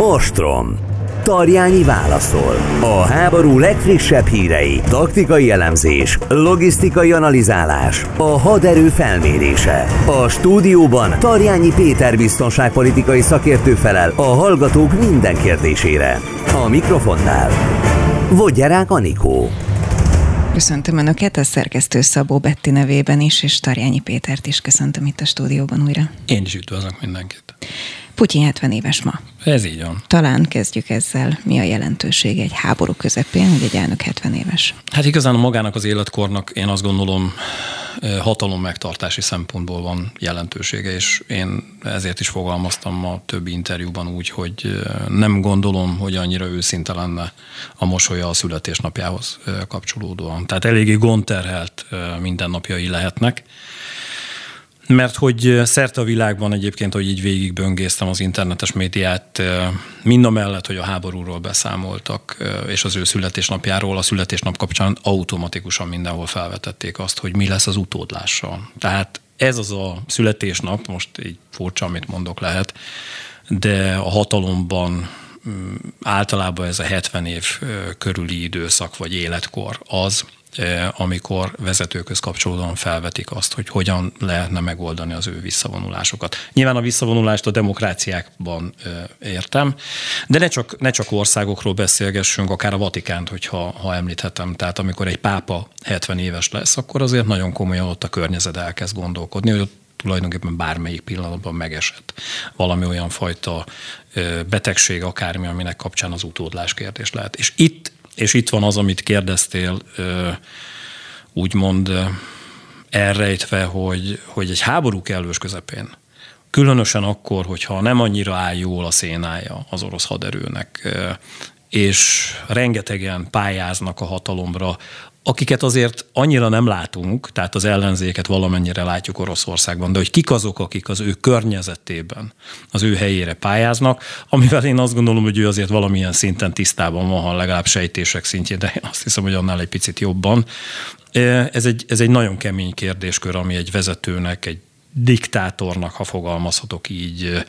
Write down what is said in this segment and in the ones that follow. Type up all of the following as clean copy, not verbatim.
Ostrom. Tarjányi válaszol. A háború legfrissebb hírei, taktikai elemzés, logisztikai analizálás, a haderő felmérése. A stúdióban Tarjányi Péter biztonságpolitikai szakértő felel a hallgatók minden kérdésére. A mikrofonnál Vodgyerák Anikó. Köszöntöm Önöket, a szerkesztő Szabó Betti nevében is, és Tarjányi Pétert is köszöntöm itt a stúdióban újra. Én is üdvözlök mindenkit. Putyin 70 éves ma. Ez így van. Talán kezdjük ezzel. Mi a jelentősége egy háború közepén, hogy egy elnök 70 éves? Hát igazán magának az életkornak én azt gondolom hatalom megtartási szempontból van jelentősége, és én ezért is fogalmaztam a többi interjúban úgy, hogy nem gondolom, hogy annyira őszinte lenne a mosolya a születésnapjához kapcsolódóan. Tehát eléggé gondterhelt mindennapjai lehetnek. Mert hogy szerte a világban egyébként, hogy így végigböngésztem az internetes médiát, mind a mellett, hogy a háborúról beszámoltak, és az ő születésnapjáról, a születésnap kapcsán automatikusan mindenhol felvetették azt, hogy mi lesz az utódlással. Tehát ez az a születésnap, most így furcsa, amit mondok lehet, de a hatalomban általában ez a 70 év körüli időszak vagy életkor az, amikor vezetőkhöz kapcsolódóan felvetik azt, hogy hogyan lehetne megoldani az ő visszavonulásokat. Nyilván a visszavonulást a demokráciákban értem, de ne csak országokról beszélgessünk, akár a Vatikánt, ha említhetem. Tehát amikor egy pápa 70 éves lesz, akkor azért nagyon komolyan ott a környezet elkezd gondolkodni, hogy tulajdonképpen bármelyik pillanatban megesett valami olyan fajta betegség, akármi, aminek kapcsán az utódlás kérdés lehet. És itt van az, amit kérdeztél, úgymond elrejtve, hogy egy háború kellős közepén, különösen akkor, hogyha nem annyira áll jól a szénája az orosz haderőnek, és rengetegen pályáznak a hatalomra, akiket azért annyira nem látunk, tehát az ellenzéket valamennyire látjuk Oroszországban, de hogy kik azok, akik az ő környezetében, az ő helyére pályáznak, amivel én azt gondolom, hogy ő azért valamilyen szinten tisztában van, ha legalább sejtések szintjén, de én azt hiszem, hogy annál egy picit jobban. Ez egy nagyon kemény kérdéskör, ami egy vezetőnek, egy diktátornak, ha fogalmazhatok így,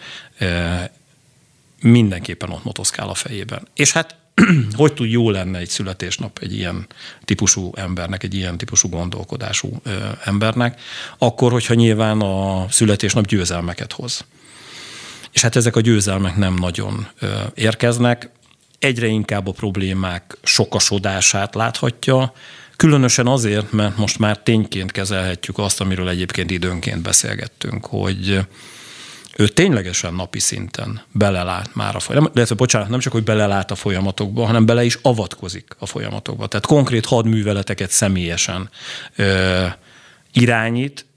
mindenképpen ott motoszkál a fejében. És hát hogy tud jó lenne egy születésnap egy ilyen típusú embernek, egy ilyen típusú gondolkodású embernek, akkor, hogyha nyilván a születésnap győzelmeket hoz. És hát ezek a győzelmek nem nagyon érkeznek, egyre inkább a problémák sokasodását láthatja, különösen azért, mert most már tényként kezelhetjük azt, amiről egyébként időnként beszélgettünk, hogy ő ténylegesen napi szinten belelát már a folyamatokba, nem csak, hogy belelát a folyamatokba, hanem bele is avatkozik a folyamatokba. Tehát konkrét hadműveleteket személyesen irányít,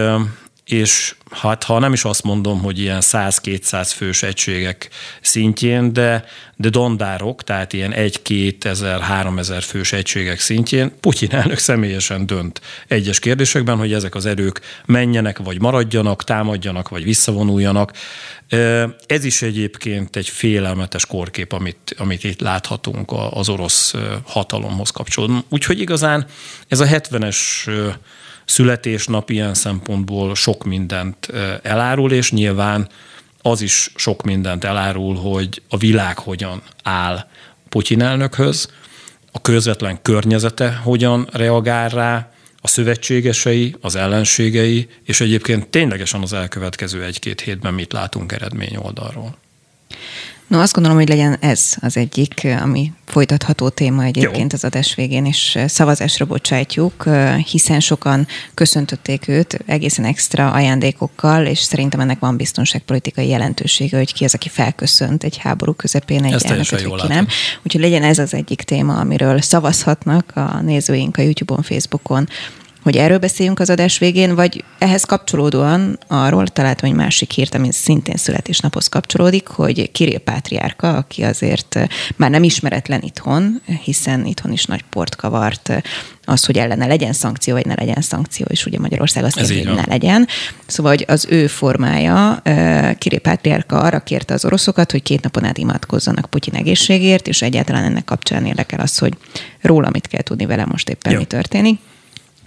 és hát ha nem is azt mondom, hogy ilyen 100-200 fős egységek szintjén, de dandárok, tehát ilyen 1-2 000-3 000 fős egységek szintjén Putyin elnök személyesen dönt egyes kérdésekben, hogy ezek az erők menjenek, vagy maradjanak, támadjanak, vagy visszavonuljanak. Ez is egyébként egy félelmetes kórkép, amit itt láthatunk az orosz hatalomhoz kapcsolódóan. Úgyhogy igazán ez a 70-es születésnap ilyen szempontból sok mindent elárul, és nyilván az is sok mindent elárul, hogy a világ hogyan áll Putyin elnökhöz, a közvetlen környezete hogyan reagál rá, a szövetségesei, az ellenségei, és egyébként ténylegesen az elkövetkező 1-2 hétben mit látunk eredmény oldalról. No, azt gondolom, hogy legyen ez az egyik, ami folytatható téma egyébként az adás végén, és szavazásra bocsájtjuk, hiszen sokan köszöntötték őt egészen extra ajándékokkal, és szerintem ennek van biztonságpolitikai jelentősége, hogy ki az, aki felköszönt egy háború közepén egy elnököt, vagy ki nem. Úgyhogy legyen ez az egyik téma, amiről szavazhatnak a nézőink a YouTube-on, Facebookon, hogy erről beszéljünk az adás végén, vagy ehhez kapcsolódóan arról találtam egy másik hírt, ami szintén születésnaphoz kapcsolódik, hogy Kirill pátriárka, aki azért már nem ismeretlen itthon, hiszen itthon is nagy port kavart az, hogy ellene legyen szankció, vagy ne legyen szankció, és ugye Magyarország azt kérte, hogy ne legyen. Szóval, hogy az ő formája, Kirill pátriárka arra kérte az oroszokat, hogy 2 napon át imádkozzanak Putyin egészségért, és egyáltalán ennek kapcsán érdekel az, hogy róla mit kell tudni vele most éppen mi történik.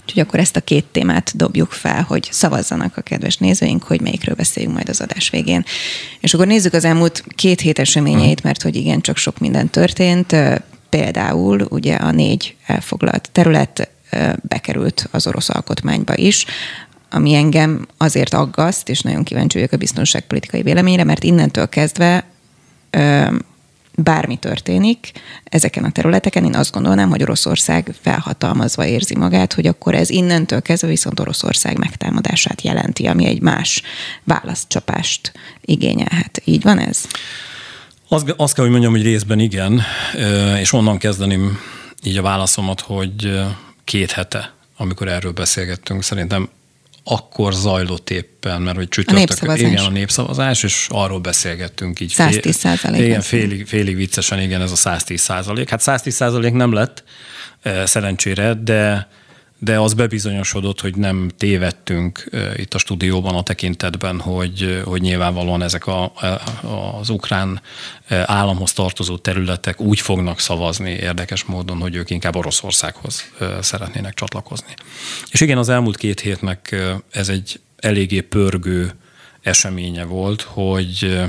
Úgyhogy akkor ezt a két témát dobjuk fel, hogy szavazzanak a kedves nézőink, hogy melyikről beszéljünk majd az adás végén. És akkor nézzük az elmúlt 2 hét eseményeit, mert hogy igen, csak sok minden történt. Például ugye a 4 elfoglalt terület bekerült az orosz alkotmányba is, ami engem azért aggaszt, és nagyon kíváncsi vagyok a biztonságpolitikai véleményre, mert innentől kezdve bármi történik ezeken a területeken, én azt gondolnám, hogy Oroszország felhatalmazva érzi magát, hogy akkor ez innentől kezdve viszont Oroszország megtámadását jelenti, ami egy más válaszcsapást igényelhet. Így van ez? Azt kell, hogy mondjam, hogy részben igen, és onnan kezdeném így a válaszomat, hogy 2 hete, amikor erről beszélgettünk, szerintem akkor zajlott éppen, mert hogy csütörtök, igen, a népszavazás, és arról beszélgettünk így. 110%. Igen, félig viccesen, igen, ez a 110%. Hát 110% nem lett szerencsére, de az bebizonyosodott, hogy nem tévedtünk itt a stúdióban a tekintetben, hogy nyilvánvalóan ezek az ukrán államhoz tartozó területek úgy fognak szavazni érdekes módon, hogy ők inkább Oroszországhoz szeretnének csatlakozni. És igen, az elmúlt 2 hétnek ez egy eléggé pörgő eseménye volt, hogy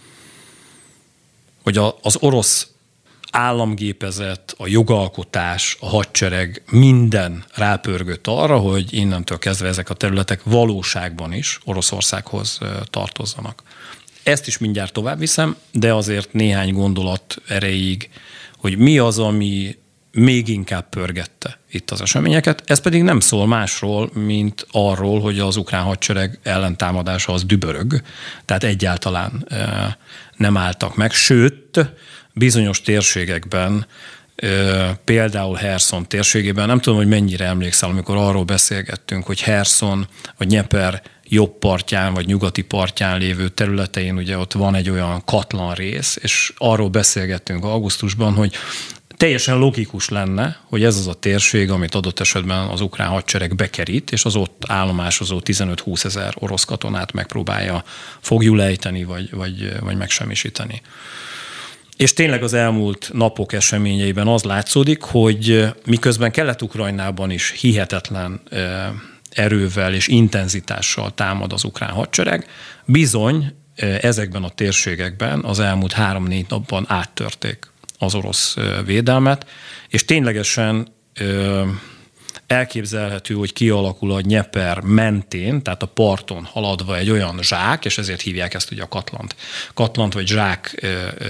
az orosz államgépezet, a jogalkotás, a hadsereg, minden rápörgött arra, hogy innentől kezdve ezek a területek valóságban is Oroszországhoz tartozzanak. Ezt is mindjárt tovább viszem, de azért néhány gondolat erejéig, hogy mi az, ami még inkább pörgette itt az eseményeket. Ez pedig nem szól másról, mint arról, hogy az ukrán hadsereg ellentámadása az dübörög, tehát egyáltalán nem álltak meg, sőt, bizonyos térségekben, például Herson térségében, nem tudom, hogy mennyire emlékszel, amikor arról beszélgettünk, hogy Herson, a Dnyeper jobb partján, vagy nyugati partján lévő területein, ugye ott van egy olyan katlan rész, és arról beszélgettünk augusztusban, hogy teljesen logikus lenne, hogy ez az a térség, amit adott esetben az ukrán hadsereg bekerít, és az ott állomásozó 15-20 ezer orosz katonát megpróbálja foglyulejteni, vagy megsemmisíteni. És tényleg az elmúlt napok eseményeiben az látszódik, hogy miközben Kelet-Ukrajnában is hihetetlen erővel és intenzitással támad az ukrán hadsereg, bizony ezekben a térségekben az elmúlt 3-4 napban áttörték az orosz védelmet, és ténylegesen elképzelhető, hogy kialakul a Dnyeper mentén, tehát a parton haladva egy olyan zsák, és ezért hívják ezt ugye a katlant vagy zsák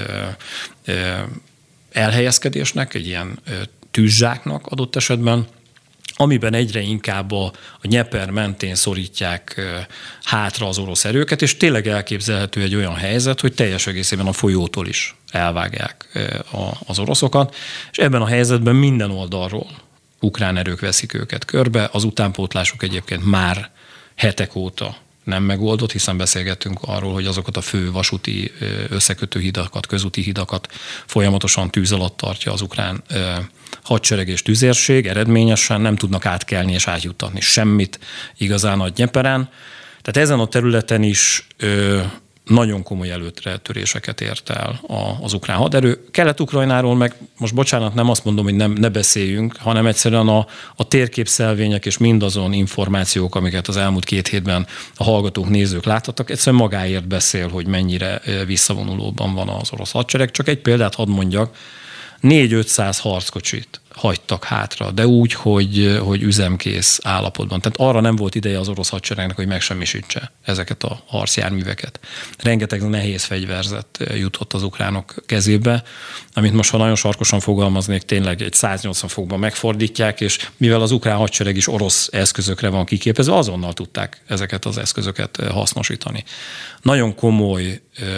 elhelyezkedésnek, egy ilyen tűzzsáknak adott esetben, amiben egyre inkább a Dnyeper mentén szorítják hátra az orosz erőket, és tényleg elképzelhető egy olyan helyzet, hogy teljes egészében a folyótól is elvágják az oroszokat, és ebben a helyzetben minden oldalról ukrán erők veszik őket körbe, az utánpótlásuk egyébként már hetek óta nem megoldott, hiszen beszélgettünk arról, hogy azokat a fő vasúti összekötő hidakat, közúti hidakat folyamatosan tűz alatt tartja az ukrán hadsereg és tüzérség, eredményesen nem tudnak átkelni és átjuttatni semmit igazán a Dnyeperen. Tehát ezen a területen is nagyon komoly előretöréseket ért el az ukrán haderő. Kelet-Ukrajnáról meg most bocsánat, nem azt mondom, hogy ne beszéljünk, hanem egyszerűen a térképszelvények és mindazon információk, amiket az elmúlt 2 hétben a hallgatók, nézők láthattak, egyszerűen magáért beszél, hogy mennyire visszavonulóban van az orosz hadsereg. Csak egy példát hadd mondjak, 400-500 harckocsit hagytak hátra, de úgy, hogy üzemkész állapotban. Tehát arra nem volt ideje az orosz hadseregnek, hogy megsemmisítse ezeket a harcjárműveket. Rengeteg nehéz fegyverzet jutott az ukránok kezébe, amit most, ha nagyon sarkosan fogalmaznék, tényleg egy 180 fokban megfordítják, és mivel az ukrán hadsereg is orosz eszközökre van kiképezve, azonnal tudták ezeket az eszközöket hasznosítani. Nagyon komoly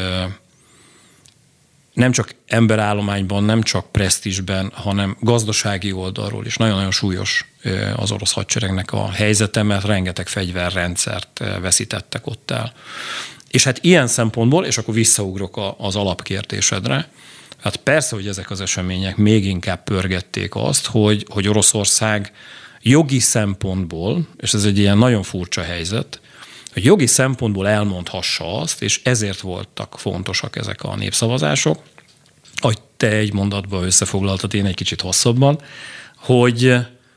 nem csak emberállományban, nem csak presztízsben, hanem gazdasági oldalról is nagyon-nagyon súlyos az orosz hadseregnek a helyzete, mert rengeteg fegyverrendszert veszítettek ott el. És hát ilyen szempontból, és akkor visszaugrok az alapkérdésedre, hát persze, hogy ezek az események még inkább pörgették azt, hogy Oroszország jogi szempontból, és ez egy ilyen nagyon furcsa helyzet, hogy jogi szempontból elmondhassa azt, és ezért voltak fontosak ezek a népszavazások, ahogy te egy mondatban összefoglaltad, én egy kicsit hosszabban, hogy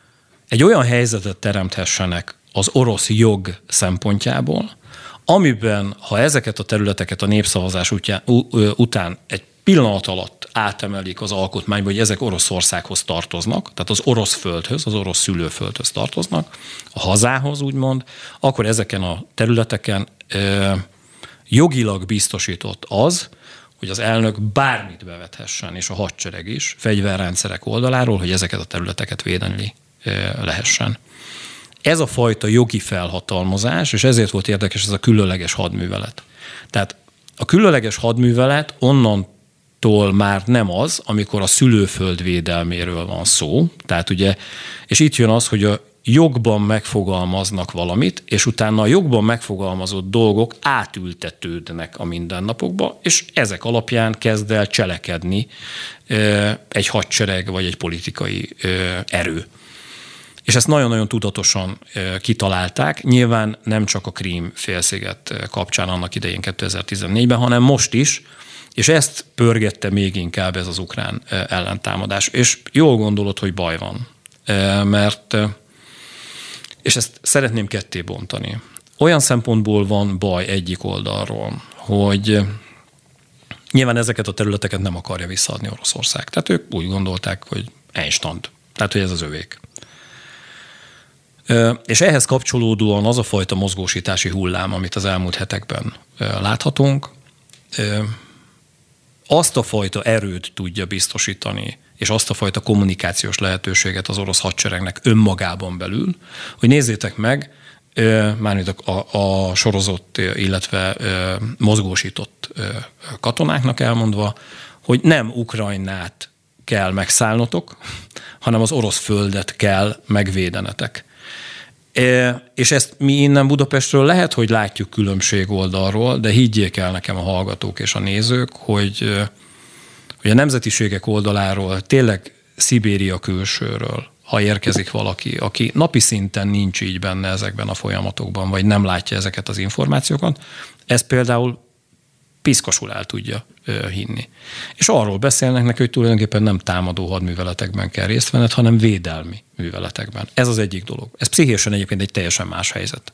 egy olyan helyzetet teremthessenek az orosz jog szempontjából, amiben, ha ezeket a területeket a népszavazás után egy pillanat alatt átemelik az alkotmányba, hogy ezek Oroszországhoz tartoznak, tehát az orosz földhöz, az orosz szülőföldhöz tartoznak, a hazához úgymond, akkor ezeken a területeken jogilag biztosított az, hogy az elnök bármit bevethessen, és a hadsereg is, fegyverrendszerek oldaláról, hogy ezeket a területeket védeni lehessen. Ez a fajta jogi felhatalmazás, és ezért volt érdekes ez a különleges hadművelet. Tehát a különleges hadművelet onnantól már nem az, amikor a szülőföld védelméről van szó. Tehát ugye, és itt jön az, hogy a jogban megfogalmaznak valamit, és utána a jogban megfogalmazott dolgok átültetődnek a mindennapokba, és ezek alapján kezd el cselekedni egy hadsereg vagy egy politikai erő. És ezt nagyon-nagyon tudatosan kitalálták. Nyilván nem csak a Krím-félsziget kapcsán annak idején 2014-ben, hanem most is, és ezt pörgette még inkább ez az ukrán ellentámadás. És jól gondolod, hogy baj van, mert, és ezt szeretném ketté bontani. Olyan szempontból van baj egyik oldalról, hogy nyilván ezeket a területeket nem akarja visszaadni Oroszország. Tehát ők úgy gondolták, hogy einstand, tehát hogy ez az övék. És ehhez kapcsolódóan az a fajta mozgósítási hullám, amit az elmúlt hetekben láthatunk, azt a fajta erőt tudja biztosítani, és azt a fajta kommunikációs lehetőséget az orosz hadseregnek önmagában belül, hogy nézzétek meg, mármint a sorozott, illetve mozgósított katonáknak elmondva, hogy nem Ukrajnát kell megszállnotok, hanem az orosz földet kell megvédenetek. És ezt mi innen Budapestről lehet, hogy látjuk különbség oldalról, de higgyék el nekem a hallgatók és a nézők, hogy a nemzetiségek oldaláról, tényleg Szibéria külsőről, ha érkezik valaki, aki napi szinten nincs így benne ezekben a folyamatokban, vagy nem látja ezeket az információkat, ez például piszkosul el tudja hinni. És arról beszélnek neki, hogy tulajdonképpen nem támadó hadműveletekben kell részt venned, hanem védelmi műveletekben. Ez az egyik dolog. Ez pszichésen egyébként egy teljesen más helyzet.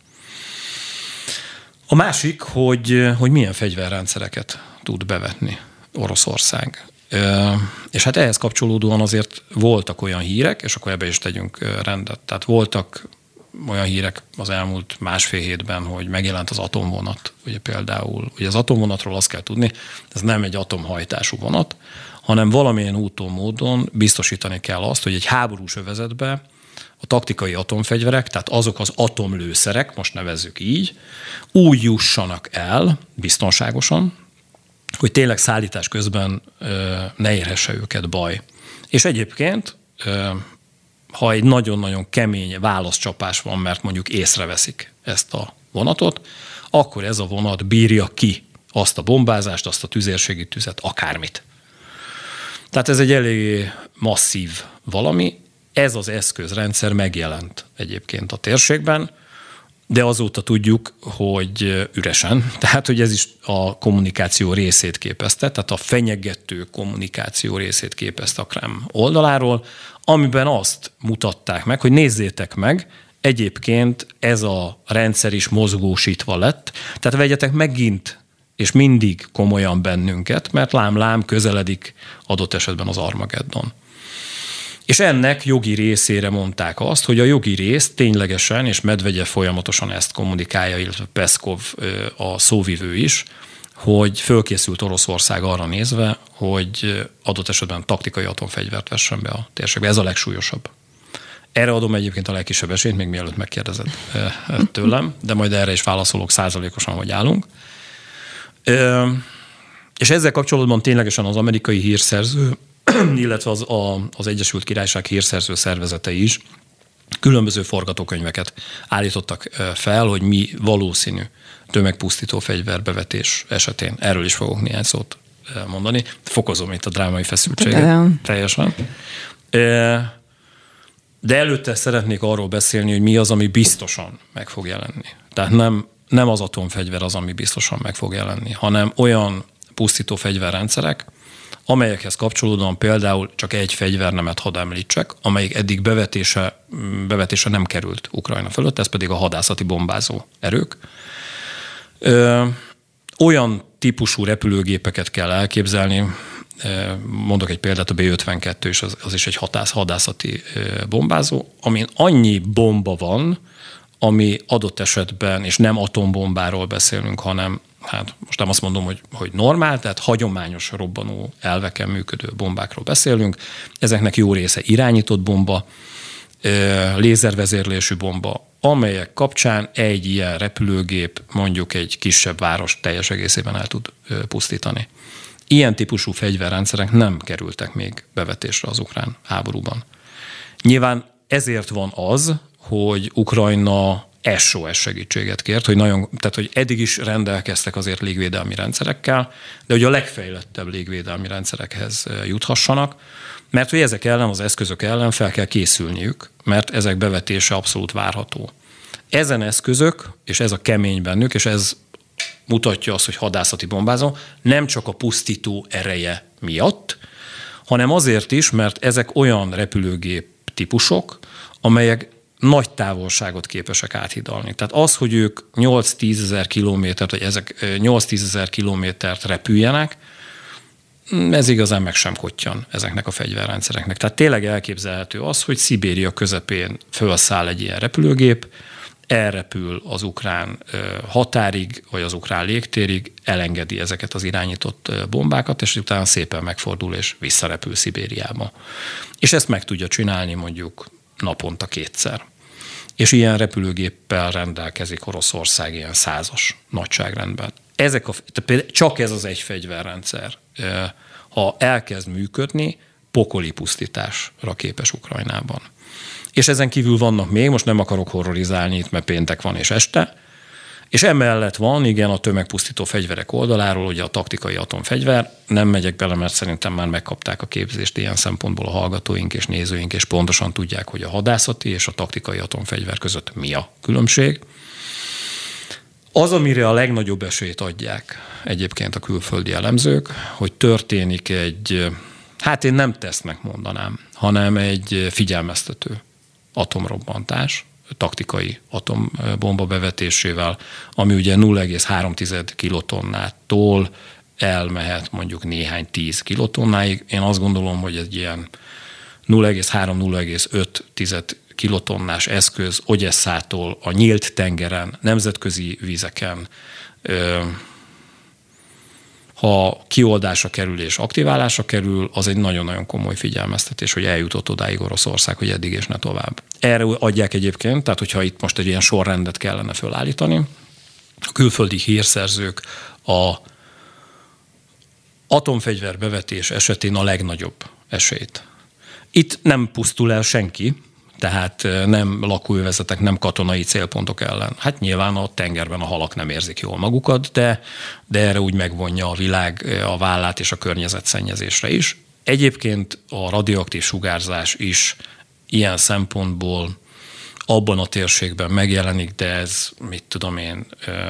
A másik, hogy milyen fegyverrendszereket tud bevetni Oroszország. És hát ehhez kapcsolódóan azért voltak olyan hírek, és akkor ebbe is tegyünk rendet. Tehát voltak olyan hírek az elmúlt másfél hétben, hogy megjelent az atomvonat. Ugye például, ugye az atomvonatról azt kell tudni, ez nem egy atomhajtású vonat, hanem valamilyen úton, módon biztosítani kell azt, hogy egy háborús övezetbe a taktikai atomfegyverek, tehát azok az atomlőszerek, most nevezzük így, úgy jussanak el biztonságosan, hogy tényleg szállítás közben ne érhesse őket baj. És egyébként, ha egy nagyon-nagyon kemény válaszcsapás van, mert mondjuk észreveszik ezt a vonatot, akkor ez a vonat bírja ki azt a bombázást, azt a tüzérségi tüzet, akármit. Tehát ez egy elég masszív valami. Ez az eszközrendszer megjelent egyébként a térségben, de azóta tudjuk, hogy üresen. Tehát, hogy ez is a kommunikáció részét képezte, tehát a fenyegető kommunikáció részét képezte a Kreml oldaláról, amiben azt mutatták meg, hogy nézzétek meg, egyébként ez a rendszer is mozgósítva lett, tehát vegyetek megint és mindig komolyan bennünket, mert lám-lám közeledik adott esetben az Armageddon. És ennek jogi részére mondták azt, hogy a jogi rész ténylegesen, és Medvegyev folyamatosan ezt kommunikálja, illetve Peszkov a szóvivő is, hogy fölkészült Oroszország arra nézve, hogy adott esetben taktikai atomfegyvert vessen be a térségbe. Ez a legsúlyosabb. Erre adom egyébként a legkisebb esélyt, még mielőtt megkérdezed tőlem, de majd erre is válaszolok százalékosan, hogy állunk. És ezzel kapcsolatban ténylegesen az amerikai hírszerző, illetve az Egyesült Királyság hírszerző szervezetei is különböző forgatókönyveket állítottak fel, hogy mi valószínű tömegpusztító fegyverbevetés esetén. Erről is fogok néhány szót mondani. Fokozom itt a drámai feszültséget teljesen. De előtte szeretnék arról beszélni, hogy mi az, ami biztosan meg fog jelenni. Tehát nem az atomfegyver az, ami biztosan meg fog jelenni, hanem olyan pusztító fegyverrendszerek, amelyekhez kapcsolódóan például csak egy fegyvernemet hadd említsek, amelyik eddig bevetése nem került Ukrajna fölött, ez pedig a hadászati bombázó erők. Olyan típusú repülőgépeket kell elképzelni, mondok egy példát, a B-52, és az is egy hadászati bombázó, amin annyi bomba van, ami adott esetben, és nem atombombáról beszélünk, hanem hát most nem azt mondom, hogy normál, tehát hagyományos robbanó elveken működő bombákról beszélünk. Ezeknek jó része irányított bomba, lézervezérlésű bomba, amelyek kapcsán egy ilyen repülőgép mondjuk egy kisebb város teljes egészében el tud pusztítani. Ilyen típusú fegyverrendszerek nem kerültek még bevetésre az ukrán háborúban. Nyilván ezért van az, hogy Ukrajna SOS segítséget kért, hogy eddig is rendelkeztek azért légvédelmi rendszerekkel, de hogy a legfejlettebb légvédelmi rendszerekhez juthassanak, mert hogy ezek ellen, az eszközök ellen fel kell készülniük, mert ezek bevetése abszolút várható. Ezen eszközök, és ez a kemény bennük, és ez mutatja azt, hogy hadászati bombázó, nem csak a pusztító ereje miatt, hanem azért is, mert ezek olyan repülőgép típusok, amelyek nagy távolságot képesek áthidalni. Tehát az, hogy ők 8-10 ezer kilométert, vagy ezek 8-10 ezer kilométert repüljenek, ez igazán meg sem kottyan ezeknek a fegyverrendszereknek. Tehát tényleg elképzelhető az, hogy Szibéria közepén felszáll egy ilyen repülőgép, elrepül az ukrán határig, vagy az ukrán légtérig, elengedi ezeket az irányított bombákat, és utána szépen megfordul, és visszarepül Szibériába. És ezt meg tudja csinálni mondjuk naponta 2-szer. És ilyen repülőgéppel rendelkezik Oroszország ilyen 100-as nagyságrendben. Csak ez az egy fegyverrendszer, ha elkezd működni, pokoli pusztításra képes Ukrajnában. És ezen kívül vannak még, most nem akarok horrorizálni itt, mert péntek van és este, és emellett van, igen, a tömegpusztító fegyverek oldaláról, ugye a taktikai atomfegyver, nem megyek bele, mert szerintem már megkapták a képzést ilyen szempontból a hallgatóink és nézőink, és pontosan tudják, hogy a hadászati és a taktikai atomfegyver között mi a különbség. Az, amire a legnagyobb esélyt adják egyébként a külföldi elemzők, hogy történik egy, hát én nem tesztnek mondanám, hanem egy figyelmeztető atomrobbantás, taktikai atombomba bevetésével, ami ugye 0,3 kilotonnától elmehet mondjuk néhány 10 kilotonnáig. Én azt gondolom, hogy egy ilyen 0,3-0,5 kilotonnás eszköz Ogyesszától a nyílt tengeren, nemzetközi vizeken, ha kioldásra kerül és aktiválásra kerül, az egy nagyon-nagyon komoly figyelmeztetés, hogy eljutott odáig Oroszország, hogy eddig és ne tovább. Erre adják egyébként, tehát hogyha itt most egy ilyen sorrendet kellene fölállítani, a külföldi hírszerzők a atomfegyver bevetés esetén a legnagyobb esélyt. Itt nem pusztul el senki, tehát nem lakóövezetek, nem katonai célpontok ellen. Hát nyilván a tengerben a halak nem érzik jól magukat, de erre úgy megvonja a világ a vállát és a környezetszennyezésre is. Egyébként a radioaktív sugárzás is ilyen szempontból abban a térségben megjelenik, de ez, mit tudom én,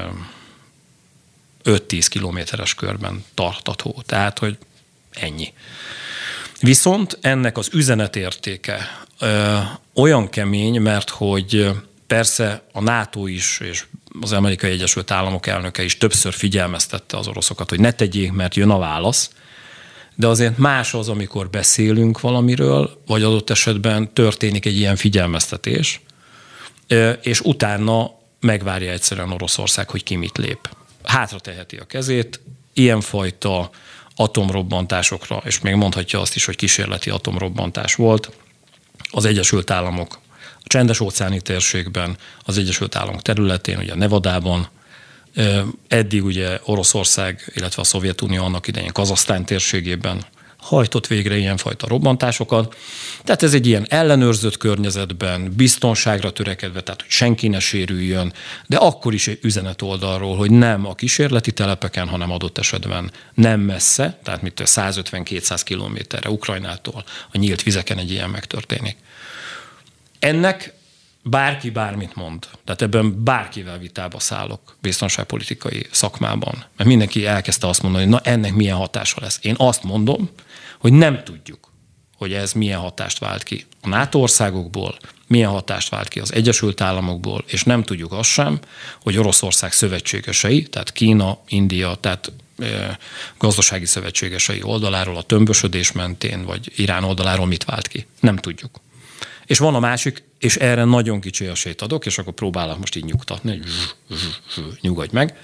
5-10 kilométeres körben tartható. Tehát, hogy ennyi. Viszont ennek az üzenetértéke olyan kemény, mert hogy persze a NATO is, és az Amerikai Egyesült Államok elnöke is többször figyelmeztette az oroszokat, hogy ne tegyék, mert jön a válasz, de azért más az, amikor beszélünk valamiről, vagy adott esetben történik egy ilyen figyelmeztetés, és utána megvárja egyszerűen Oroszország, hogy ki mit lép. Hátra teheti a kezét, ilyenfajta atomrobbantásokra, és még mondhatja azt is, hogy kísérleti atomrobbantás volt, az Egyesült Államok a Csendes-óceáni térségben, az Egyesült Államok területén, ugye Nevadában, eddig ugye Oroszország, illetve a Szovjetunió annak idején Kazahsztán térségében hajtott végre ilyenfajta robbantásokat. Tehát ez egy ilyen ellenőrzött környezetben, biztonságra törekedve, tehát hogy senki ne sérüljön, de akkor is egy üzenet oldalról, hogy nem a kísérleti telepeken, hanem adott esetben nem messze, tehát 150-200 kilométerre Ukrajnától a nyílt vizeken egy ilyen megtörténik. Ennek bárki bármit mond. Tehát ebben bárkivel vitába szállok biztonságpolitikai szakmában. Mert mindenki elkezdte azt mondani, hogy na ennek milyen hatása lesz. Én azt mondom, hogy nem tudjuk, hogy ez milyen hatást vált ki a NATO országokból, milyen hatást vált ki az Egyesült Államokból, és nem tudjuk azt sem, hogy Oroszország szövetségesei, tehát Kína, India, tehát gazdasági szövetségesei oldaláról, a tömbösödés mentén, vagy Irán oldaláról mit vált ki. Nem tudjuk. És van a másik, és erre nagyon kicsi esélyt adok, és akkor próbálok most így nyugtatni, nyugodj meg.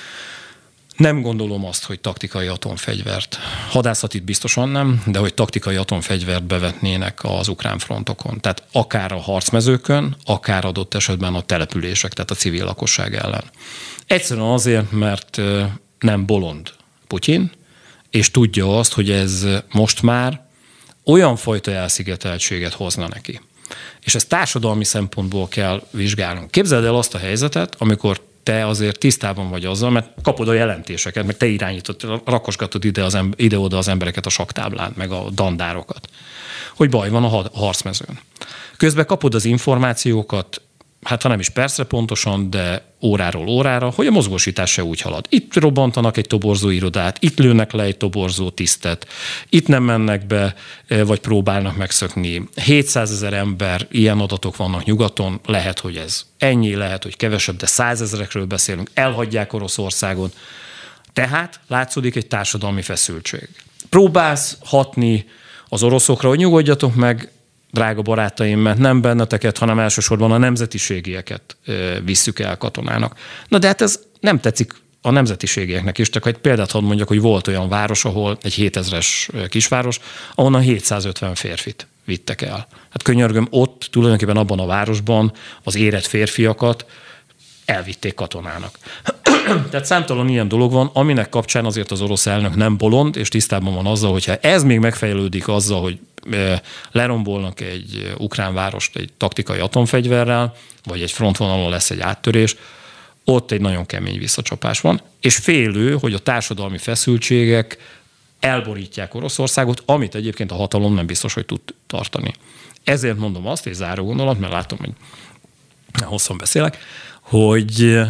Nem gondolom azt, hogy taktikai atomfegyvert, hadászatit biztosan nem, de hogy taktikai atomfegyvert bevetnének az ukrán frontokon. Tehát akár a harcmezőkön, akár adott esetben a települések, tehát a civil lakosság ellen. Egyszerűen azért, mert nem bolond Putyin, és tudja azt, hogy ez most már olyan fajta elszigeteltséget hozna neki. És ezt társadalmi szempontból kell vizsgálnunk. Képzeld el azt a helyzetet, amikor te azért tisztában vagy azzal, mert kapod a jelentéseket, meg te irányítod, rakosgatod ide-oda az embereket a saktáblán, meg a dandárokat, hogy baj van a harcmezőn. Közben kapod az információkat, hát ha nem is percre pontosan, de óráról órára, hogy a mozgósítás se úgy halad. Itt robbantanak egy toborzó irodát, itt lőnek le egy toborzó tisztet, itt nem mennek be, vagy próbálnak megszökni. 700 000 ember, ilyen adatok vannak nyugaton, lehet, hogy ez ennyi, lehet, hogy kevesebb, de 100 000-ekről beszélünk, elhagyják Oroszországon. Tehát látszódik egy társadalmi feszültség. Próbálsz hatni az oroszokra, hogy nyugodjatok meg, drága barátaim, mert nem benneteket, hanem elsősorban a nemzetiségieket visszük el katonának. Na de hát ez nem tetszik a nemzetiségieknek is, csak egy példát hadd mondjak, hogy volt olyan város, ahol egy 7000-es kisváros, ahonnan 750 férfit vittek el. Hát könyörgöm, ott tulajdonképpen abban a városban az érett férfiakat elvitték katonának. Tehát számtalan ilyen dolog van, aminek kapcsán azért az orosz elnök nem bolond, és tisztában van azzal, hogyha ez még megfejlődik azzal, hogy lerombolnak egy ukrán várost egy taktikai atomfegyverrel, vagy egy frontvonalon lesz egy áttörés, ott egy nagyon kemény visszacsapás van, és félő, hogy a társadalmi feszültségek elborítják Oroszországot, amit egyébként a hatalom nem biztos, hogy tud tartani. Ezért mondom azt, és záró gondolat, mert látom, hogy hosszan beszélek, hogy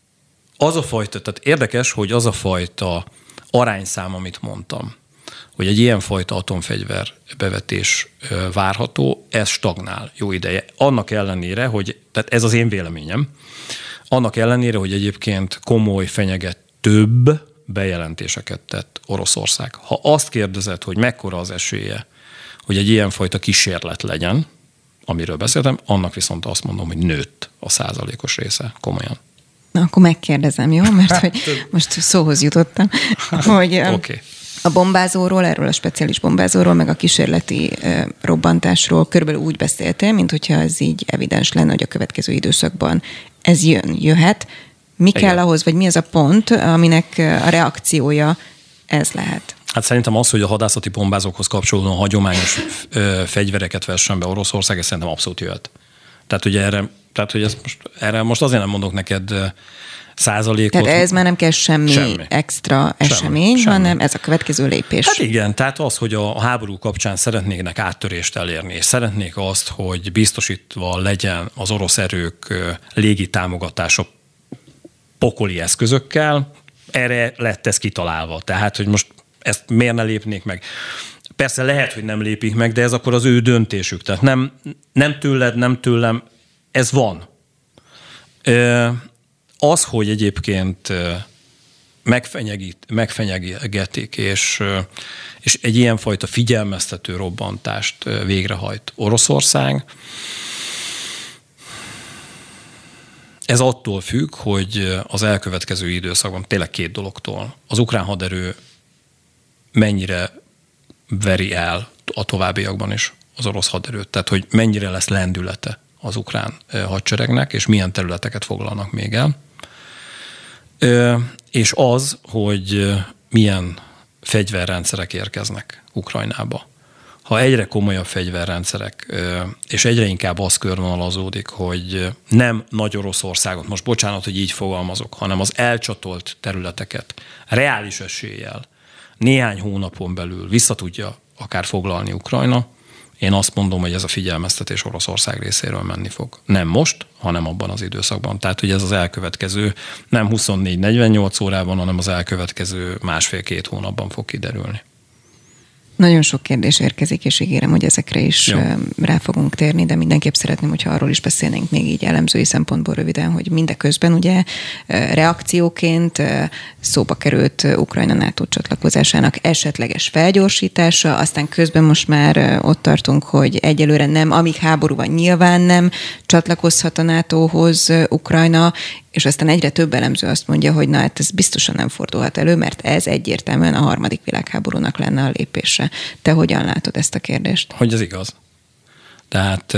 az a fajta, tehát érdekes, hogy az a fajta arányszám, amit mondtam, hogy egy ilyenfajta atomfegyver bevetés várható, ez stagnál jó ideje. Annak ellenére, hogy, tehát ez az én véleményem, annak ellenére, hogy egyébként komoly, fenyegetőbb bejelentéseket tett Oroszország. Ha azt kérdezed, hogy mekkora az esélye, hogy egy ilyenfajta kísérlet legyen, amiről beszéltem, annak viszont azt mondom, hogy nőtt a százalékos része, komolyan. Na, akkor megkérdezem, jó? Mert hogy most szóhoz jutottam, hogy Okay. A bombázóról, erről a speciális bombázóról, meg a kísérleti robbantásról körülbelül úgy beszéltél, mint hogyha ez így evidens lenne, hogy a következő időszakban ez jöhet. Mi kell ahhoz, vagy mi az a pont, aminek a reakciója ez lehet? Hát szerintem az, hogy a hadászati bombázókhoz kapcsolódóan hagyományos fegyvereket vessen be Oroszország, ez szerintem abszolút jöhet. Tehát ugye erre most azért nem mondok neked százalékot. Tehát ez már nem kell semmi extra esemény, hanem ez a következő lépés. Hát igen, tehát az, hogy a háború kapcsán szeretnének áttörést elérni, és szeretnék azt, hogy biztosítva legyen az orosz erők légi támogatása pokoli eszközökkel, erre lett ez kitalálva. Tehát, hogy most ezt miért ne lépnék meg? Persze lehet, hogy nem lépik meg, de ez akkor az ő döntésük. Tehát nem tőled, nem tőlem, ez van. Az, hogy egyébként megfenyegetik, és egy ilyenfajta figyelmeztető robbantást végrehajt Oroszország, ez attól függ, hogy az elkövetkező időszakban tényleg két dologtól. Az ukrán haderő mennyire veri el a továbbiakban is az orosz haderőt, tehát hogy mennyire lesz lendülete az ukrán hadseregnek, és milyen területeket foglalnak még el. És az, hogy milyen fegyverrendszerek érkeznek Ukrajnába. Ha egyre komolyabb fegyverrendszerek, és egyre inkább az körvonalazódik, hogy nem nagy Oroszországot, most bocsánat, hogy így fogalmazok, hanem az elcsatolt területeket reális eséllyel néhány hónapon belül vissza tudja akár foglalni Ukrajna, Én azt mondom, hogy ez a figyelmeztetés Oroszország részéről menni fog. Nem most, hanem abban az időszakban. Tehát, hogy ez az elkövetkező nem 24-48 órában, hanem az elkövetkező 1,5-2 hónapban fog kiderülni. Nagyon sok kérdés érkezik, és ígérem, hogy ezekre is rá fogunk térni, de mindenképp szeretném, hogyha arról is beszélnénk még így elemzői szempontból röviden, hogy mindeközben ugye reakcióként szóba került Ukrajna NATO csatlakozásának esetleges felgyorsítása, aztán közben most már ott tartunk, hogy egyelőre nem, amíg háború van, nyilván nem csatlakozhat a NATO-hoz Ukrajna, és aztán egyre több elemző azt mondja, hogy na hát ez biztosan nem fordulhat elő, mert ez egyértelműen a harmadik világháborúnak lenne a lépése. Te hogyan látod ezt a kérdést? Hogy ez igaz. Tehát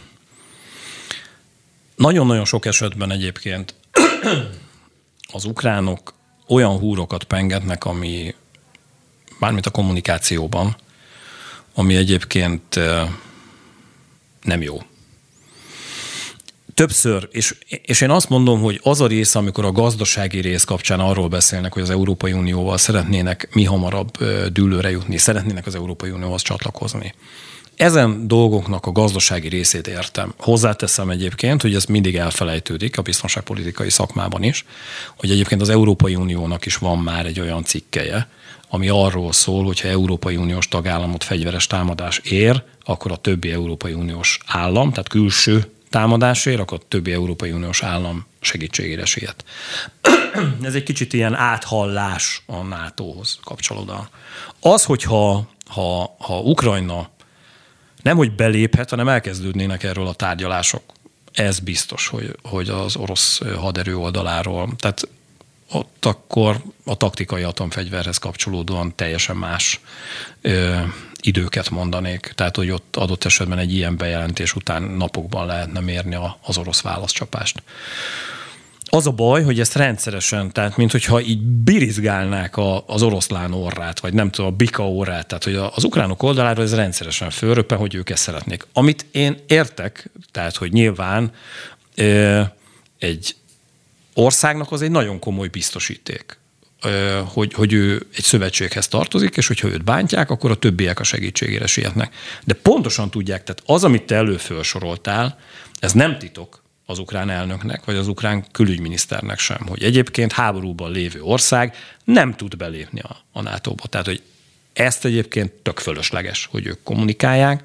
nagyon-nagyon sok esetben egyébként az ukránok olyan húrokat pengetnek, ami mármint a kommunikációban, ami egyébként nem jó. Többször, és én azt mondom, hogy az a rész, amikor a gazdasági rész kapcsán arról beszélnek, hogy az Európai Unióval szeretnének mi hamarabb dűlőre jutni, szeretnének az Európai Unióhoz csatlakozni. Ezen dolgoknak a gazdasági részét értem. Hozzáteszem egyébként, hogy ez mindig elfelejtődik a biztonságpolitikai szakmában is, hogy egyébként az Európai Uniónak is van már egy olyan cikkelye, ami arról szól, hogyha Európai Uniós tagállamot fegyveres támadás ér, akkor a többi Európai Uniós állam, tehát külső támadásért, akkor a többi Európai Uniós állam segítségére siet. Ez egy kicsit ilyen áthallás a NATO-hoz kapcsolódóan. Az, hogyha Ukrajna nemhogy beléphet, hanem elkezdődnének erről a tárgyalások, ez biztos, hogy az orosz haderő oldaláról, tehát ott akkor a taktikai atomfegyverhez kapcsolódóan teljesen más időket mondanék. Tehát, hogy ott adott esetben egy ilyen bejelentés után napokban lehetne mérni az orosz válaszcsapást. Az a baj, hogy ezt rendszeresen, tehát minthogyha így birizgálnák az oroszlán orrát, vagy nem tudom, a bika orrát, tehát hogy az ukránok oldaláról ez rendszeresen fölröppen, hogy ők ezt szeretnék. Amit én értek, tehát hogy nyilván egy országnak az egy nagyon komoly biztosíték, hogy ő egy szövetséghez tartozik, és hogyha őt bántják, akkor a többiek a segítségére sietnek. De pontosan tudják, tehát az, amit te felsoroltál, ez nem titok az ukrán elnöknek, vagy az ukrán külügyminiszternek sem, hogy egyébként háborúban lévő ország nem tud belépni a NATO-ba. Tehát, hogy ezt egyébként tök fölösleges, hogy ők kommunikálják.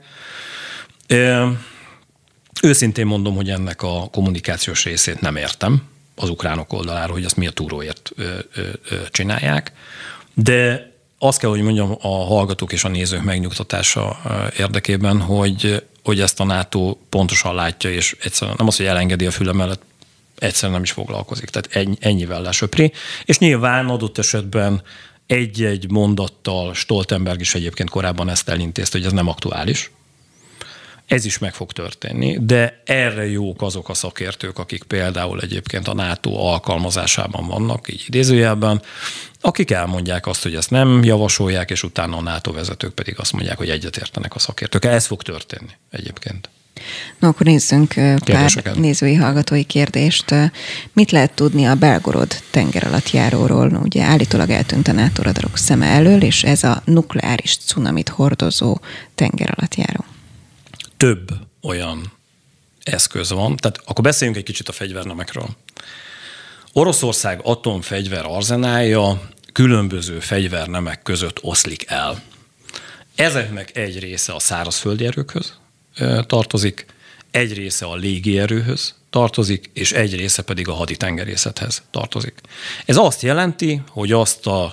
Őszintén mondom, hogy ennek a kommunikációs részét nem értem az ukránok oldaláról, hogy azt mi a túróért csinálják, de azt kell, hogy mondjam a hallgatók és a nézők megnyugtatása érdekében, hogy ezt a NATO pontosan látja, és egyszerűen nem az, hogy elengedi a füle mellett, egyszerűen nem is foglalkozik. Tehát ennyivel lesöpri. És nyilván adott esetben egy-egy mondattal Stoltenberg is egyébként korábban ezt elintézte, hogy ez nem aktuális. Ez is meg fog történni, de erre jók azok a szakértők, akik például egyébként a NATO alkalmazásában vannak, így idézőjelben, akik elmondják azt, hogy ezt nem javasolják, és utána a NATO vezetők pedig azt mondják, hogy egyetértenek a szakértők. Ez fog történni egyébként. No, akkor nézzünk pár nézői, hallgatói kérdést. Mit lehet tudni a Belgorod tengeralattjáróról? Ugye állítólag eltűnt a NATO radarok szeme elől, és ez a nukleáris cunamit hordozó tengeralattjáró. Több olyan eszköz van, tehát akkor beszéljünk egy kicsit a fegyvernemekről. Oroszország atomfegyver arzenálja különböző fegyvernemek között oszlik el. Ezeknek egy része a szárazföldi erőkhöz tartozik, egy része a légierőhöz tartozik, és egy része pedig a haditengerészethez tartozik. Ez azt jelenti, hogy azt a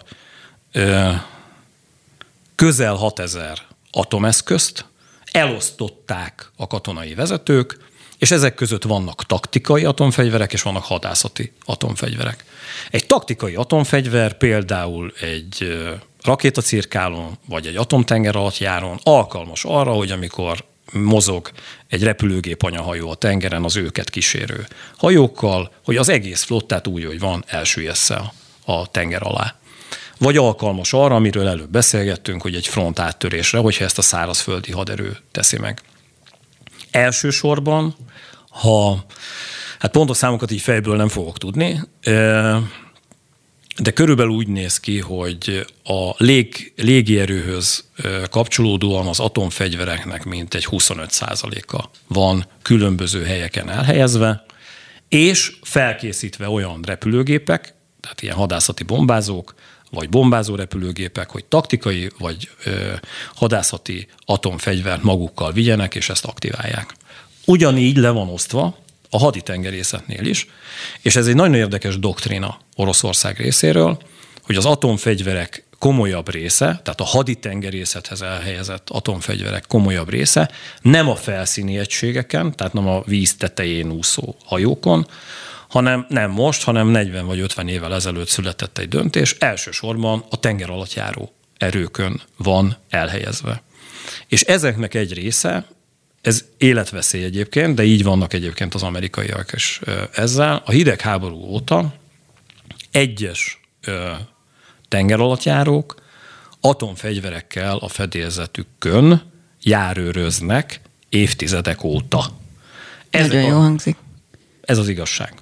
közel 6000 atomeszközt elosztották a katonai vezetők, és ezek között vannak taktikai atomfegyverek, és vannak hadászati atomfegyverek. Egy taktikai atomfegyver például egy rakétacirkálón, vagy egy atomtengeralattjárón alkalmas arra, hogy amikor mozog egy repülőgép anyahajó a tengeren az őket kísérő hajókkal, hogy az egész flottát úgy, hogy van, elsüllyessze a tenger alá. Vagy alkalmas arra, amiről előbb beszélgettünk, hogy egy front áttörésre, hogyha ezt a szárazföldi haderő teszi meg. Elsősorban, hát pontos számokat így fejből nem fogok tudni, de körülbelül úgy néz ki, hogy a légierőhöz kapcsolódóan az atomfegyvereknek mintegy 25%-a van különböző helyeken elhelyezve, és felkészítve olyan repülőgépek, tehát ilyen hadászati bombázók, vagy bombázó repülőgépek, hogy taktikai vagy hadászati atomfegyvert magukkal vigyenek, és ezt aktiválják. Ugyanígy le van osztva a haditengerészetnél is, és ez egy nagyon érdekes doktrina Oroszország részéről, hogy az atomfegyverek komolyabb része, tehát a haditengerészethez elhelyezett atomfegyverek komolyabb része nem a felszíni egységeken, tehát nem a víz tetején úszó hajókon, hanem nem most, hanem 40 vagy 50 évvel ezelőtt született egy döntés, elsősorban a tengeralattjáró erőkön van elhelyezve. És ezeknek egy része, ez életveszély egyébként, de így vannak egyébként az amerikaiak is ezzel. A hidegháború óta egyes tengeralattjárók atomfegyverekkel a fedélzetükön járőröznek évtizedek óta. Nagyon jó hangzik. Ez az igazság.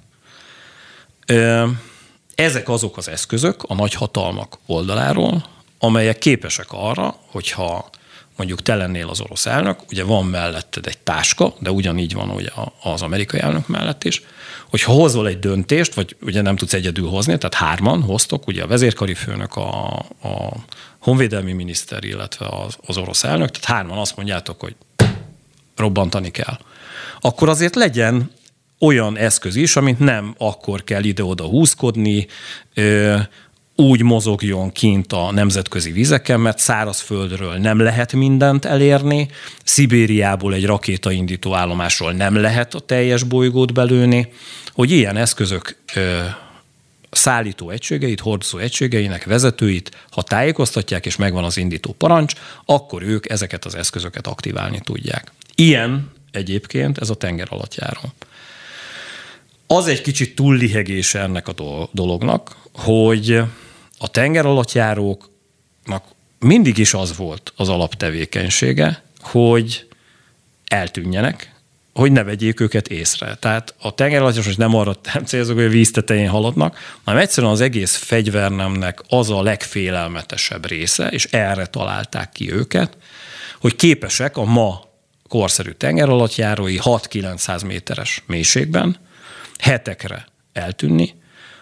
Ezek azok az eszközök a nagyhatalmak oldaláról, amelyek képesek arra, hogyha mondjuk te lennél az orosz elnök, ugye van melletted egy táska, de ugyanígy van ugye az amerikai elnök mellett is, hogyha hozol egy döntést, vagy ugye nem tudsz egyedül hozni, tehát hárman hoztok, ugye a vezérkari főnök, a honvédelmi miniszter, illetve az orosz elnök, tehát hárman azt mondjátok, hogy robbantani kell. Akkor azért legyen olyan eszköz is, amit nem akkor kell ide-oda húzkodni, úgy mozogjon kint a nemzetközi vizeken, mert szárazföldről nem lehet mindent elérni, Szibériából egy rakétaindító állomásról nem lehet a teljes bolygót belőni, hogy ilyen eszközök szállító egységeit, hordozó egységeinek vezetőit, ha tájékoztatják és megvan az indító parancs, akkor ők ezeket az eszközöket aktiválni tudják. Ilyen egyébként ez a tengeralattjáró. Az egy kicsit túllihegése ennek a dolognak, hogy a tengeralattjáróknak mindig is az volt az alaptevékenysége, hogy eltűnjenek, hogy ne vegyék őket észre. Tehát a tengeralattjárók nem arra célzok, hogy a víz tetején haladnak, hanem egyszerűen az egész fegyvernemnek az a legfélelmetesebb része, és erre találták ki őket, hogy képesek a ma korszerű tengeralattjárói 6-900 méteres mélységben hetekre eltűnni,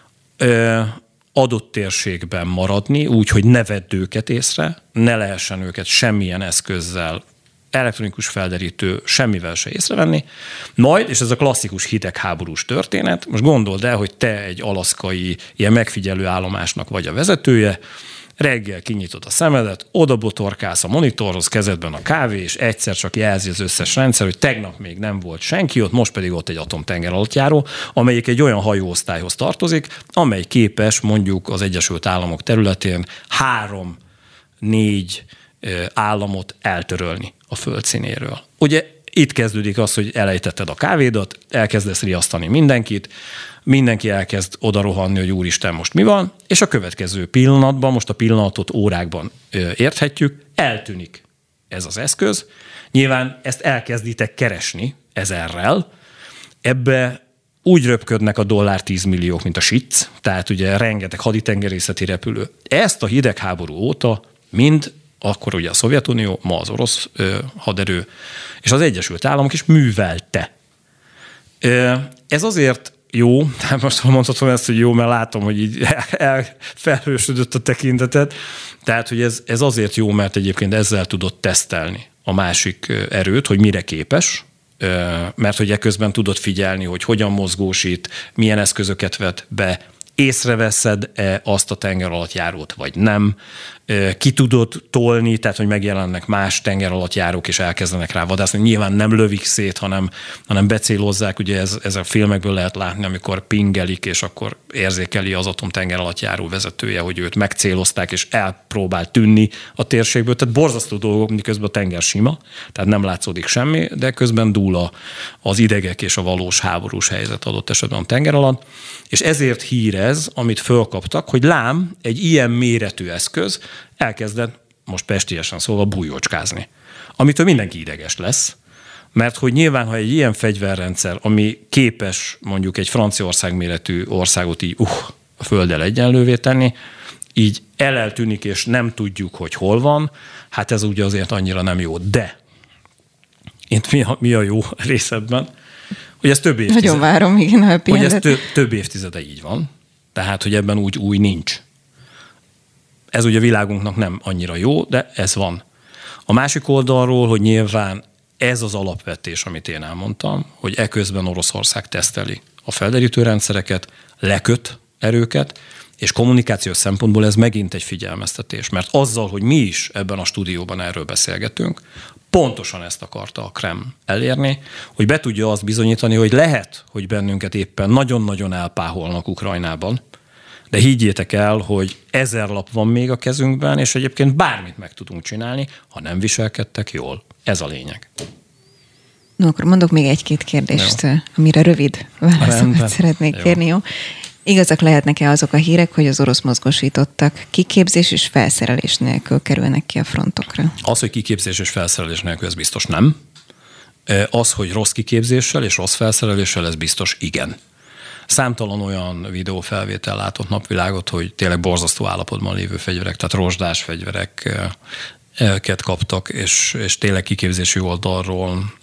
adott térségben maradni, úgy, hogy ne vedd őket észre, ne lehessen őket semmilyen eszközzel, elektronikus felderítő, semmivel se észrevenni. Majd, és ez a klasszikus hidegháborús történet, most gondold el, hogy te egy alaszkai ilyen megfigyelő állomásnak vagy a vezetője, reggel kinyitod a szemedet, oda botorkálsz a monitorhoz, kezedben a kávé, és egyszer csak jelzi az összes rendszer, hogy tegnap még nem volt senki ott, most pedig ott egy atomtengeralattjáró, amelyik egy olyan hajóosztályhoz tartozik, amely képes mondjuk az Egyesült Államok területén 3-4 államot eltörölni a földszínéről. Ugye itt kezdődik az, hogy elejtetted a kávédat, elkezdesz riasztani mindenkit, mindenki elkezd oda rohanni, hogy úristen, most mi van, és a következő pillanatban, most a pillanatot órákban érthetjük, eltűnik ez az eszköz. Nyilván ezt elkezditek keresni ezerrel, ebbe úgy röpködnek a dollár 10 milliók, mint a sic, tehát ugye rengeteg haditengerészeti repülő. Ezt a hidegháború óta mind, akkor ugye a Szovjetunió, ma az orosz haderő, és az Egyesült Államok is művelte. Ez azért jó, tehát most mondhatom ezt, hogy jó, mert látom, hogy így felhősödött a tekinteted. Tehát, hogy ez azért jó, mert egyébként ezzel tudod tesztelni a másik erőt, hogy mire képes, mert hogy eközben tudod figyelni, hogy hogyan mozgósít, milyen eszközöket vet be, észreveszed-e azt a tengeralattjárót, vagy nem, ki tudod tolni, tehát hogy megjelennek más tengeralattjárók, és elkezdenek rá vadászni. Nyilván nem lövik szét, hanem becélozzák, ugye ez a filmekből lehet látni, amikor pingelik, és akkor érzékeli az atomtengeralattjáró vezetője, hogy őt megcélozták, és elpróbál tűnni a térségből. Tehát borzasztó dolgok, miközben a tenger sima, tehát nem látszódik semmi, de közben dúl az idegek és a valós háborús helyzet adott esetben a tenger alatt. És ezért hír ez, amit fölkaptak, hogy lám, egy ilyen méretű eszköz elkezdett, most pestiesen szólva, bújócskázni. Amitől mindenki ideges lesz, mert hogy nyilván, ha egy ilyen fegyverrendszer, ami képes mondjuk egy Franciaország méretű országot így a Földdel egyenlővé tenni, így eltűnik, és nem tudjuk, hogy hol van, hát ez ugye azért annyira nem jó. De mi a jó részedben, hogy ez több évtizede. Nagyon várom, igen, a happy hogy endet. ez több évtizede így van, tehát, hogy ebben úgy új nincs. Ez ugye a világunknak nem annyira jó, de ez van. A másik oldalról, hogy nyilván ez az alapvetés, amit én elmondtam, hogy eközben Oroszország teszteli a felderítő rendszereket, leköt erőket, és kommunikációs szempontból ez megint egy figyelmeztetés, mert azzal, hogy mi is ebben a stúdióban erről beszélgetünk, pontosan ezt akarta a Kreml elérni, hogy be tudja azt bizonyítani, hogy lehet, hogy bennünket éppen nagyon-nagyon elpáholnak Ukrajnában, de higgyétek el, hogy 1000 lap van még a kezünkben, és egyébként bármit meg tudunk csinálni, ha nem viselkedtek jól. Ez a lényeg. No, akkor mondok még egy-két kérdést, amire rövid válaszokat szeretnék kérni, jó? Igazak lehetnek-e azok a hírek, hogy az orosz mozgósítottak kiképzés és felszerelés nélkül kerülnek ki a frontokra? Az, hogy kiképzés és felszerelés nélkül, ez biztos nem. Az, hogy rossz kiképzéssel és rossz felszereléssel, ez biztos igen. Számtalan olyan videófelvétel látott napvilágot, hogy tényleg borzasztó állapotban lévő fegyverek, tehát rozsdás fegyvereket kaptak, és tényleg kiképzési oldalról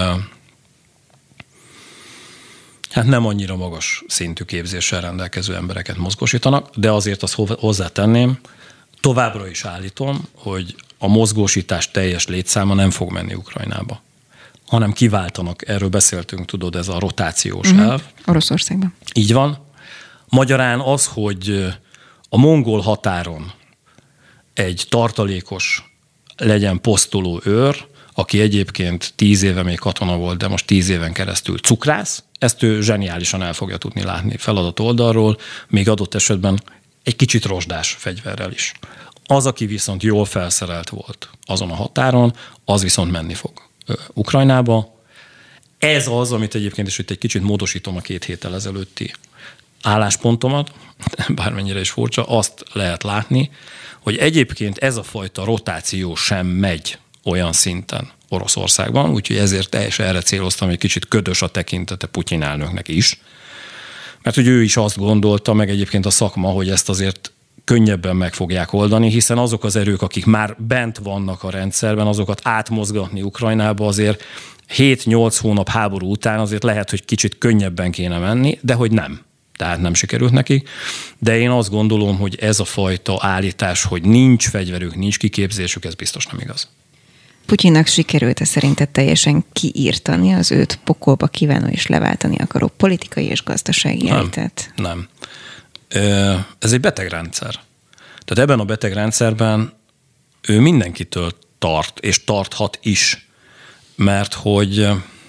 hát nem annyira magas szintű képzéssel rendelkező embereket mozgósítanak, de azért azt hozzátenném, továbbra is állítom, hogy a mozgósítás teljes létszáma nem fog menni Ukrajnába, hanem kiváltanak, erről beszéltünk, tudod, ez a rotációs elv. Oroszországban. Így van. Magyarán az, hogy a mongol határon egy tartalékos legyen posztoló őr, aki egyébként 10 éve még katona volt, de most 10 éven keresztül cukrász, ezt ő zseniálisan el fogja tudni látni feladat oldalról, még adott esetben egy kicsit rozsdás fegyverrel is. Az, aki viszont jól felszerelt volt azon a határon, az viszont menni fog Ukrajnába. Ez az, amit egyébként is itt egy kicsit módosítom a 2 héttel ezelőtti álláspontomat, bármennyire is furcsa, azt lehet látni, hogy egyébként ez a fajta rotáció sem megy olyan szinten Oroszországban, úgyhogy ezért teljesen erre céloztam, hogy kicsit ködös a tekintete Putyin elnöknek is. Mert hogy ő is azt gondolta, meg egyébként a szakma, hogy ezt azért könnyebben meg fogják oldani, hiszen azok az erők, akik már bent vannak a rendszerben, azokat átmozgatni Ukrajnába azért 7-8 hónap háború után azért lehet, hogy kicsit könnyebben kéne menni, de hogy nem. Tehát nem sikerült neki. De én azt gondolom, hogy ez a fajta állítás, hogy nincs fegyverük, nincs kiképzésük, ez biztos nem igaz. Putyinnak sikerült-e szerinted teljesen kiírtani az őt pokolba kívánó és leváltani akaró politikai és gazdasági elitet? Nem. Ez egy betegrendszer. Tehát ebben a betegrendszerben ő mindenkitől tart, és tarthat is, mert hogy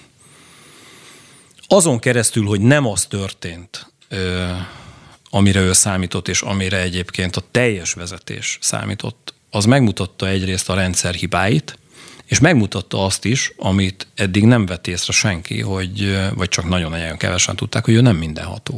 azon keresztül, hogy nem az történt, amire ő számított, és amire egyébként a teljes vezetés számított, az megmutatta egyrészt a rendszer hibáit, és megmutatta azt is, amit eddig nem vett észre senki, vagy csak nagyon kevesen tudták, hogy ő nem mindenható.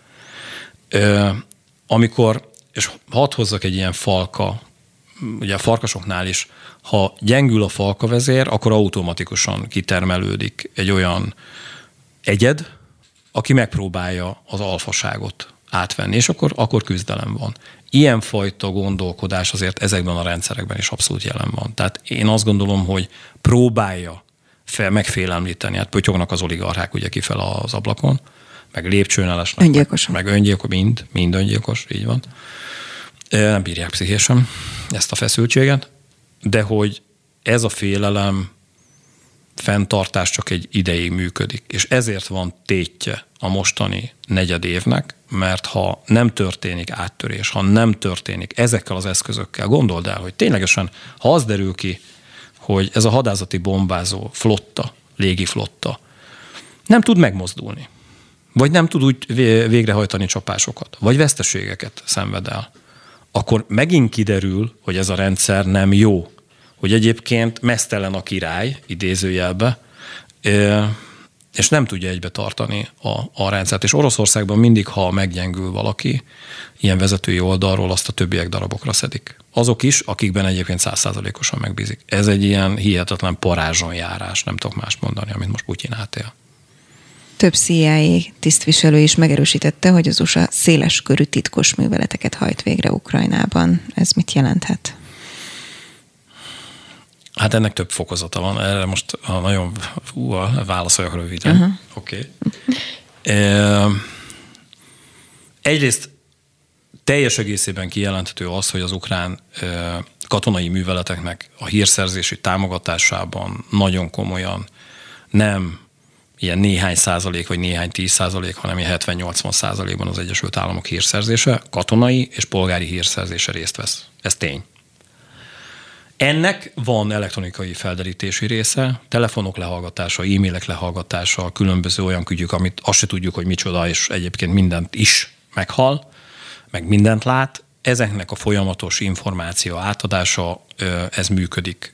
Amikor, és hadd hozzak egy ilyen falka, ugye a farkasoknál is, ha gyengül a falkavezér, akkor automatikusan kitermelődik egy olyan egyed, aki megpróbálja az alfaságot átvenni, és akkor küzdelem van. Ilyenfajta gondolkodás azért ezekben a rendszerekben is abszolút jelen van. Tehát én azt gondolom, hogy próbálja megfélemlíteni, hát pötyognak az oligarchák ugye kifele az ablakon, meg lépcsőn elesnek, meg öngyilkos, mind öngyilkos, így van. Nem bírják pszichésen ezt a feszültséget, de hogy ez a félelem fenntartás csak egy ideig működik. És ezért van tétje a mostani negyedévnek, mert ha nem történik áttörés, ha nem történik ezekkel az eszközökkel, gondold el, hogy ténylegesen, ha az derül ki, hogy ez a hadászati bombázó flotta, légiflotta nem tud megmozdulni, vagy nem tud úgy végrehajtani csapásokat, vagy veszteségeket szenved el, akkor megint kiderül, hogy ez a rendszer nem jó, hogy egyébként meztelen a király, idézőjelbe, és nem tudja egybe tartani a rendszert. És Oroszországban mindig, ha meggyengül valaki, ilyen vezetői oldalról azt a többiek darabokra szedik. Azok is, akikben egyébként 100%-osan megbízik. Ez egy ilyen hihetetlen parázsonjárás, nem tudok mást mondani, amit most Putyin átél. Több CIA tisztviselő is megerősítette, hogy az USA széleskörű titkos műveleteket hajt végre Ukrajnában. Ez mit jelenthet? Hát ennek több fokozata van. Erre most nagyon válaszoljak röviden. Oké. Egyrészt teljes egészében kijelenthető az, hogy az ukrán katonai műveleteknek a hírszerzési támogatásában nagyon komolyan nem ilyen néhány százalék, vagy néhány 10%, hanem ilyen 70-80%-ban az Egyesült Államok hírszerzése, katonai és polgári hírszerzése részt vesz. Ez tény. Ennek van elektronikai felderítési része, telefonok lehallgatása, e-mailek lehallgatása, különböző olyan kügyük, amit azt se tudjuk, hogy micsoda, és egyébként mindent is meghal, meg mindent lát. Ezeknek a folyamatos információ átadása, ez működik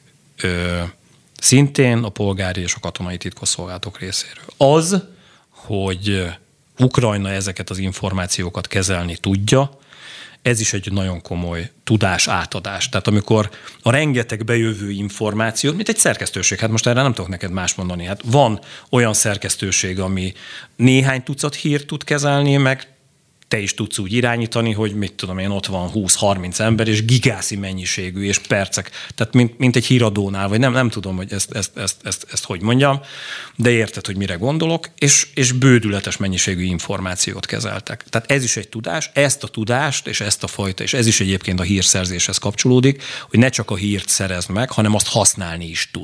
szintén a polgári és a katonai titkosszolgálatok részéről. Az, hogy Ukrajna ezeket az információkat kezelni tudja, ez is egy nagyon komoly tudás átadás. Tehát amikor a rengeteg bejövő információt, mint egy szerkesztőség, hát most erre nem tudok neked más mondani, hát van olyan szerkesztőség, ami néhány tucat hírt tud kezelni, meg te is tudsz úgy irányítani, hogy mit tudom én, ott van 20-30 ember, és gigászi mennyiségű, és percek, tehát mint egy híradónál, vagy nem tudom, hogy ezt hogy mondjam, de érted, hogy mire gondolok, és bődületes mennyiségű információt kezeltek. Tehát ez is egy tudás, ezt a tudást, és ezt a fajta, és ez is egyébként a hírszerzéshez kapcsolódik, hogy ne csak a hírt szerezd meg, hanem azt használni is tud.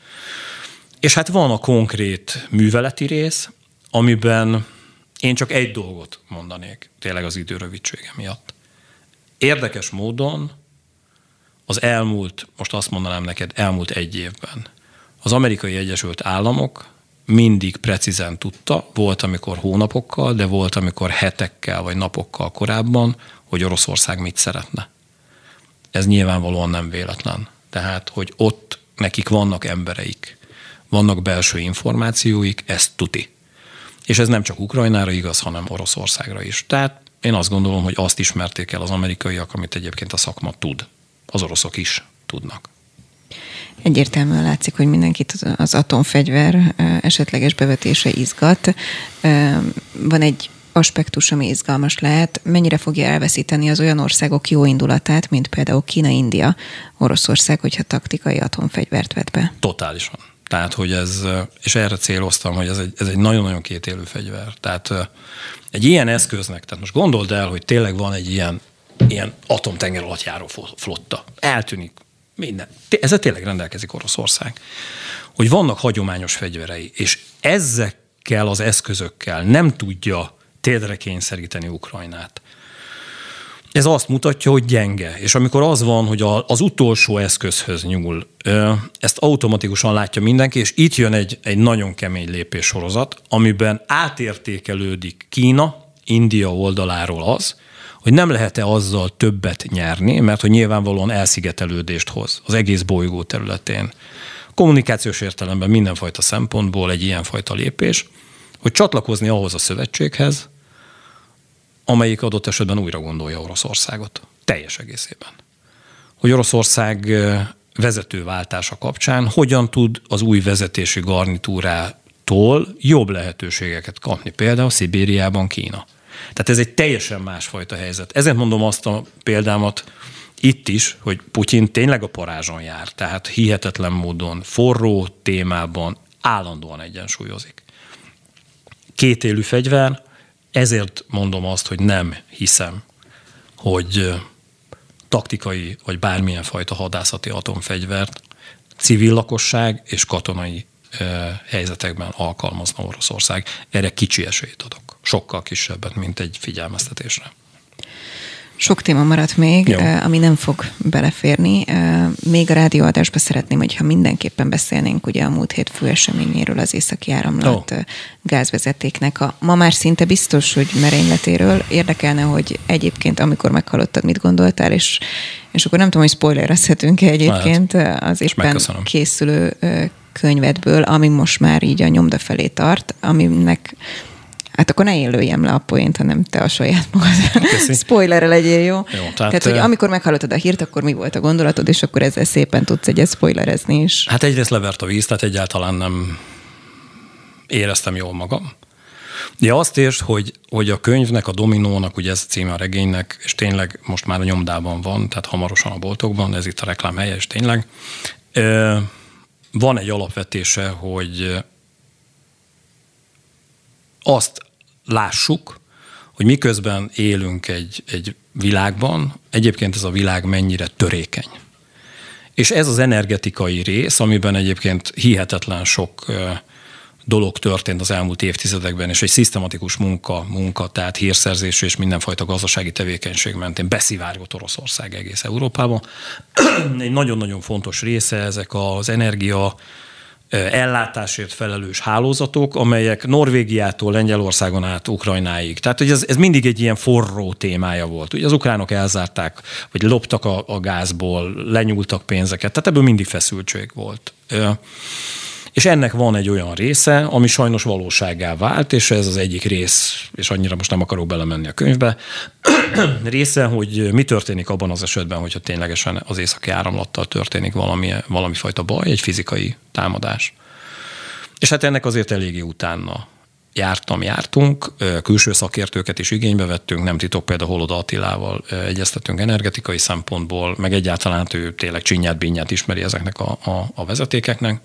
És hát van a konkrét műveleti rész, amiben én csak egy dolgot mondanék, tényleg az idő rövidsége miatt. Érdekes módon az elmúlt, most azt mondanám neked, elmúlt egy évben az Amerikai Egyesült Államok mindig precízen tudta, volt amikor hónapokkal, de volt amikor hetekkel vagy napokkal korábban, hogy Oroszország mit szeretne. Ez nyilvánvalóan nem véletlen. Tehát, hogy ott nekik vannak embereik, vannak belső információik, ez tuti. És ez nem csak Ukrajnára igaz, hanem Oroszországra is. Tehát én azt gondolom, hogy azt ismerték el az amerikaiak, amit egyébként a szakma tud. Az oroszok is tudnak. Egyértelműen látszik, hogy mindenkit az atomfegyver esetleges bevetése izgat. Van egy aspektus, ami izgalmas lehet. Mennyire fogja elveszíteni az olyan országok jó indulatát, mint például Kína, India, Oroszország, hogyha taktikai atomfegyvert vet be? Totálisan. Tehát, hogy ez, és erre céloztam, hogy ez egy nagyon-nagyon kétélű fegyver. Tehát egy ilyen eszköznek, tehát most gondold el, hogy tényleg van egy ilyen atomtenger alatt járó flotta. Eltűnik minden. Ezzel tényleg rendelkezik Oroszország. Hogy vannak hagyományos fegyverei, és ezekkel az eszközökkel nem tudja térdre kényszeríteni Ukrajnát. Ez azt mutatja, hogy gyenge. És amikor az van, hogy az utolsó eszközhöz nyúl, ezt automatikusan látja mindenki, és itt jön egy nagyon kemény lépéssorozat, amiben átértékelődik Kína, India oldaláról az, hogy nem lehet-e azzal többet nyerni, mert hogy nyilvánvalóan elszigetelődést hoz az egész bolygó területén. Kommunikációs értelemben mindenfajta szempontból egy ilyenfajta lépés, hogy csatlakozni ahhoz a szövetséghez, amelyik adott esetben újra gondolja Oroszországot. Teljes egészében. Hogy Oroszország vezetőváltása kapcsán hogyan tud az új vezetési garnitúrától jobb lehetőségeket kapni, például Szibériában Kína. Tehát ez egy teljesen másfajta helyzet. Ezért mondom azt a példámat itt is, hogy Putyin tényleg a parázson jár, tehát hihetetlen módon forró témában állandóan egyensúlyozik. Kétélű fegyver, ezért mondom azt, hogy nem hiszem, hogy taktikai vagy bármilyen fajta hadászati atomfegyvert civil lakosság és katonai helyzetekben alkalmazna Oroszország. Erre kicsi esélyt adok. Sokkal kisebbet, mint egy figyelmeztetésre. Sok téma maradt még, ami nem fog beleférni. Még a rádióadásban szeretném, hogyha mindenképpen beszélnénk ugye a múlt hét főeseményéről, az északi áramlat gázvezetéknek. Ma már szinte biztos, hogy merényletéről. Érdekelne, hogy egyébként, amikor meghallottad, mit gondoltál, és akkor nem tudom, hogy spoilerezhetünk-e egyébként az éppen készülő könyvedből, ami most már így a nyomda felé tart, aminek hát akkor ne én lőjem le a poént, hanem te a saját magad. Spoilerre legyél, jó? Tehát, hogy amikor meghallottad a hírt, akkor mi volt a gondolatod, és akkor ezzel szépen tudsz egyet spoilerezni is. Hát egyrészt levert a víz, tehát egyáltalán nem éreztem jól magam. Ja, azt értsd, hogy a könyvnek, a Dominónak, ugye ez a címe a regénynek, és tényleg most már a nyomdában van, tehát hamarosan a boltokban, ez itt a reklám helye, és tényleg. Van egy alapvetése, hogy azt lássuk, hogy miközben élünk egy világban, egyébként ez a világ mennyire törékeny. És ez az energetikai rész, amiben egyébként hihetetlen sok dolog történt az elmúlt évtizedekben, és egy szisztematikus munka, tehát hírszerzés és mindenfajta gazdasági tevékenység mentén beszivárgott Oroszország egész Európában. Egy nagyon-nagyon fontos része ezek az energia ellátásért felelős hálózatok, amelyek Norvégiától Lengyelországon át Ukrajnáig. Tehát, hogy ez mindig egy ilyen forró témája volt. Ugye az ukránok elzárták, vagy loptak a gázból, lenyúltak pénzeket, tehát ebből mindig feszültség volt. És ennek van egy olyan része, ami sajnos valósággá vált, és ez az egyik rész, és annyira most nem akarok belemenni a könyvbe, része, hogy mi történik abban az esetben, hogyha ténylegesen az északi áramlattal történik valami fajta baj, egy fizikai támadás. És hát ennek azért eléggé utána jártunk, külső szakértőket is igénybe vettünk, nem titok, például Holoda Attilával egyeztettünk energetikai szempontból, meg egyáltalán ő tényleg csinyát-bínyát ismeri ezeknek a vezetékeknek.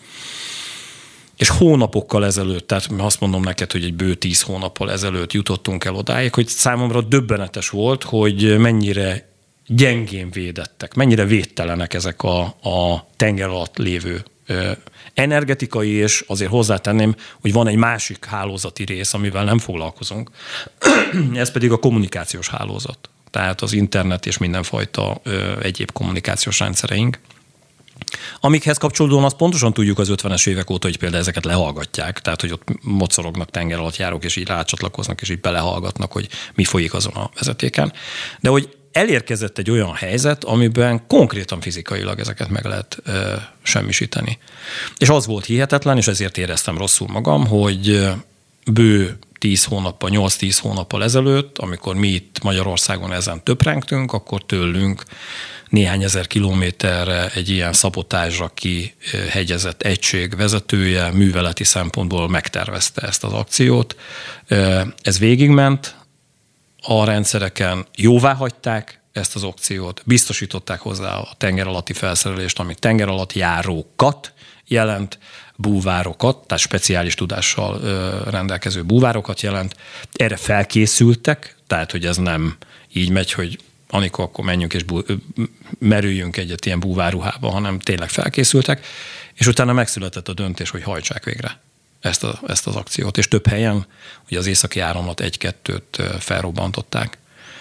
És hónapokkal ezelőtt, tehát azt mondom neked, hogy egy bő 10 hónappal ezelőtt jutottunk el odáig, hogy számomra döbbenetes volt, hogy mennyire gyengén védettek, mennyire védtelenek ezek a tenger alatt lévő energetikai, és azért hozzátenném, hogy van egy másik hálózati rész, amivel nem foglalkozunk. Ez pedig a kommunikációs hálózat. Tehát az internet és mindenfajta egyéb kommunikációs rendszereink. Amikhez kapcsolódóan azt pontosan tudjuk az 50-es évek óta, hogy például ezeket lehallgatják, tehát hogy ott mocorognak tengeralattjárók, és így rácsatlakoznak, és így belehallgatnak, hogy mi folyik azon a vezetéken. De hogy elérkezett egy olyan helyzet, amiben konkrétan fizikailag ezeket meg lehet semmisíteni. És az volt hihetetlen, és ezért éreztem rosszul magam, hogy bő 8-10 hónappal ezelőtt, amikor mi itt Magyarországon ezen töprengtünk, akkor tőlünk néhány ezer kilométerre egy ilyen szabotázsra kihegyezett egység vezetője műveleti szempontból megtervezte ezt az akciót. Ez végigment a rendszereken, jóvá hagyták ezt az akciót, biztosították hozzá a tenger alatti felszerelést, ami tenger alatt járókat jelent, búvárokat, tehát speciális tudással rendelkező búvárokat jelent. Erre felkészültek, tehát hogy ez nem így megy, hogy Anikó, akkor menjünk és merüljünk egyet ilyen búváruhába, hanem tényleg felkészültek, és utána megszületett a döntés, hogy hajtsák végre ezt az akciót. És több helyen, ugye az északi áramlat 1-2-t felrobbantották.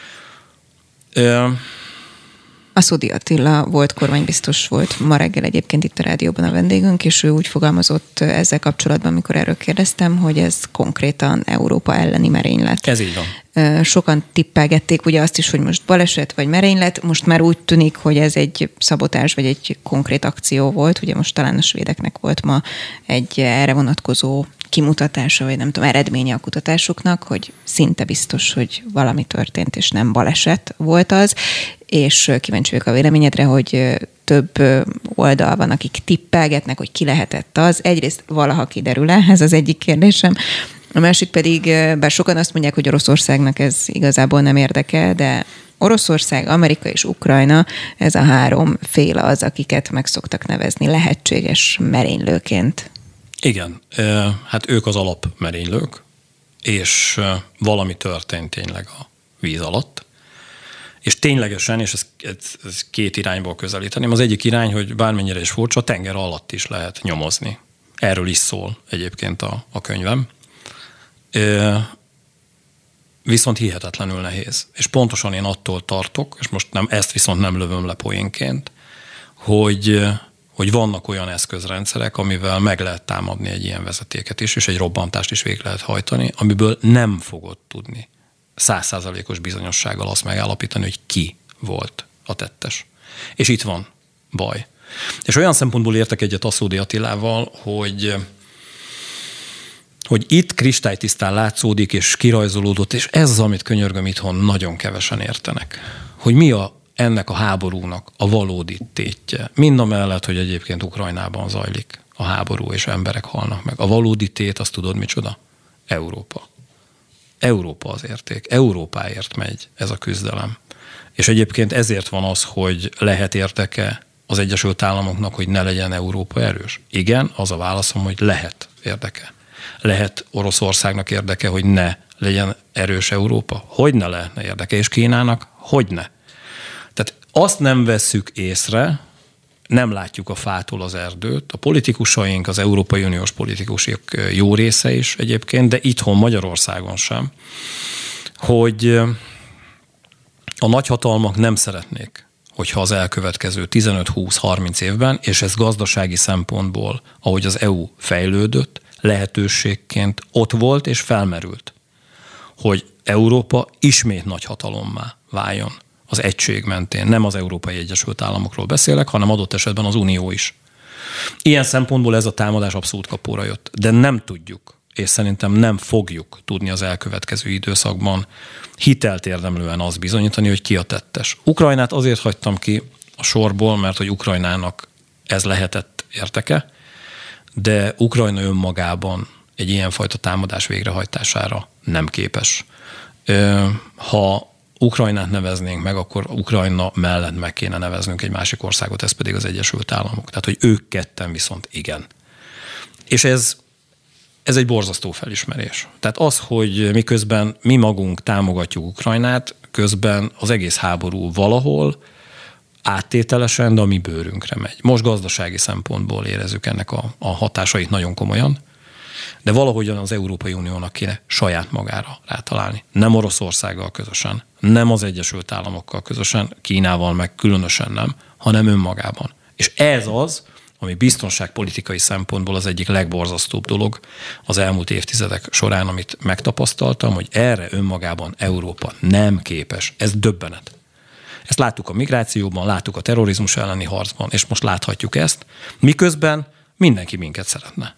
Aszódi Attila volt kormánybiztos volt ma reggel egyébként itt a rádióban a vendégünk, és ő úgy fogalmazott ezzel kapcsolatban, amikor erről kérdeztem, hogy ez konkrétan Európa elleni merénylet. Ez így van. Sokan tippelgették ugye azt is, hogy most baleset vagy merénylet, most már úgy tűnik, hogy ez egy szabotás vagy egy konkrét akció volt, ugye most talán a svédeknek volt ma egy erre vonatkozó kimutatása, vagy nem tudom, eredménye a kutatásoknak, hogy szinte biztos, hogy valami történt, és nem baleset volt az, és kíváncsi vagyok a véleményedre, hogy több oldal van, akik tippelgetnek, hogy ki lehetett az. Egyrészt valaha kiderül-e, ez az egyik kérdésem. A másik pedig, bár sokan azt mondják, hogy Oroszországnak ez igazából nem érdekel, de Oroszország, Amerika és Ukrajna, ez a 3 fél az, akiket meg szoktak nevezni lehetséges merénylőként. Igen, hát ők az alapmerénylők, és valami történt tényleg a víz alatt. És ténylegesen, és ez 2 irányból közelíteném. Az egyik irány, hogy bármennyire is furcsa, tenger alatt is lehet nyomozni. Erről is szól egyébként a könyvem. Viszont hihetetlenül nehéz. És pontosan én attól tartok, és most ezt viszont nem lövöm le poénként, hogy vannak olyan eszközrendszerek, amivel meg lehet támadni egy ilyen vezetéket is, és egy robbantást is végig lehet hajtani, amiből nem fogod tudni 100%-os bizonyossággal azt megállapítani, hogy ki volt a tettes. És itt van baj. És olyan szempontból értek egyet Aszódi Attilával, hogy itt kristálytisztán látszódik, és kirajzolódott, és ez az, amit könyörgöm itthon nagyon kevesen értenek. Hogy mi ennek a háborúnak a valódi tétje. Mindamellett, hogy egyébként Ukrajnában zajlik a háború, és emberek halnak meg. A valódi tét, azt tudod micsoda? Európa. Európa az érték. Európáért megy ez a küzdelem. És egyébként ezért van az, hogy lehet érdeke az Egyesült Államoknak, hogy ne legyen Európa erős. Igen, az a válaszom, hogy lehet érdeke. Lehet Oroszországnak érdeke, hogy ne legyen erős Európa? Hogy ne lehetne érdeke? És Kínának? Hogy ne? Tehát azt nem vesszük észre, nem látjuk a fától az erdőt. A politikusaink, az Európai Uniós politikusok jó része is egyébként, de itthon Magyarországon sem, hogy a nagyhatalmak nem szeretnék, hogyha az elkövetkező 15-20-30 évben, és ez gazdasági szempontból, ahogy az EU fejlődött, lehetőségként ott volt és felmerült, hogy Európa ismét nagyhatalommá váljon az egység mentén. Nem az Európai Egyesült Államokról beszélek, hanem adott esetben az Unió is. Ilyen szempontból ez a támadás abszolút kapóra jött. De nem tudjuk, és szerintem nem fogjuk tudni az elkövetkező időszakban hitelt érdemlően azt bizonyítani, hogy ki a tettes. Ukrajnát azért hagytam ki a sorból, mert hogy Ukrajnának ez lehetett érteke, de Ukrajna önmagában egy ilyenfajta támadás végrehajtására nem képes. Ha Ukrajnát neveznénk meg, akkor Ukrajna mellett meg kéne neveznünk egy másik országot, ez pedig az Egyesült Államok. Tehát, hogy ők ketten viszont igen. És ez egy borzasztó felismerés. Tehát az, hogy miközben mi magunk támogatjuk Ukrajnát, közben az egész háború valahol áttételesen, de a mi bőrünkre megy. Most gazdasági szempontból érezzük ennek a hatásait nagyon komolyan, de valahogyan az Európai Uniónak kéne saját magára rátalálni. Nem Oroszországgal közösen, nem az Egyesült Államokkal közösen, Kínával meg különösen nem, hanem önmagában. És ez az, ami biztonságpolitikai szempontból az egyik legborzasztóbb dolog az elmúlt évtizedek során, amit megtapasztaltam, hogy erre önmagában Európa nem képes. Ez döbbenet. Ezt láttuk a migrációban, láttuk a terrorizmus elleni harcban, és most láthatjuk ezt, miközben mindenki minket szeretne.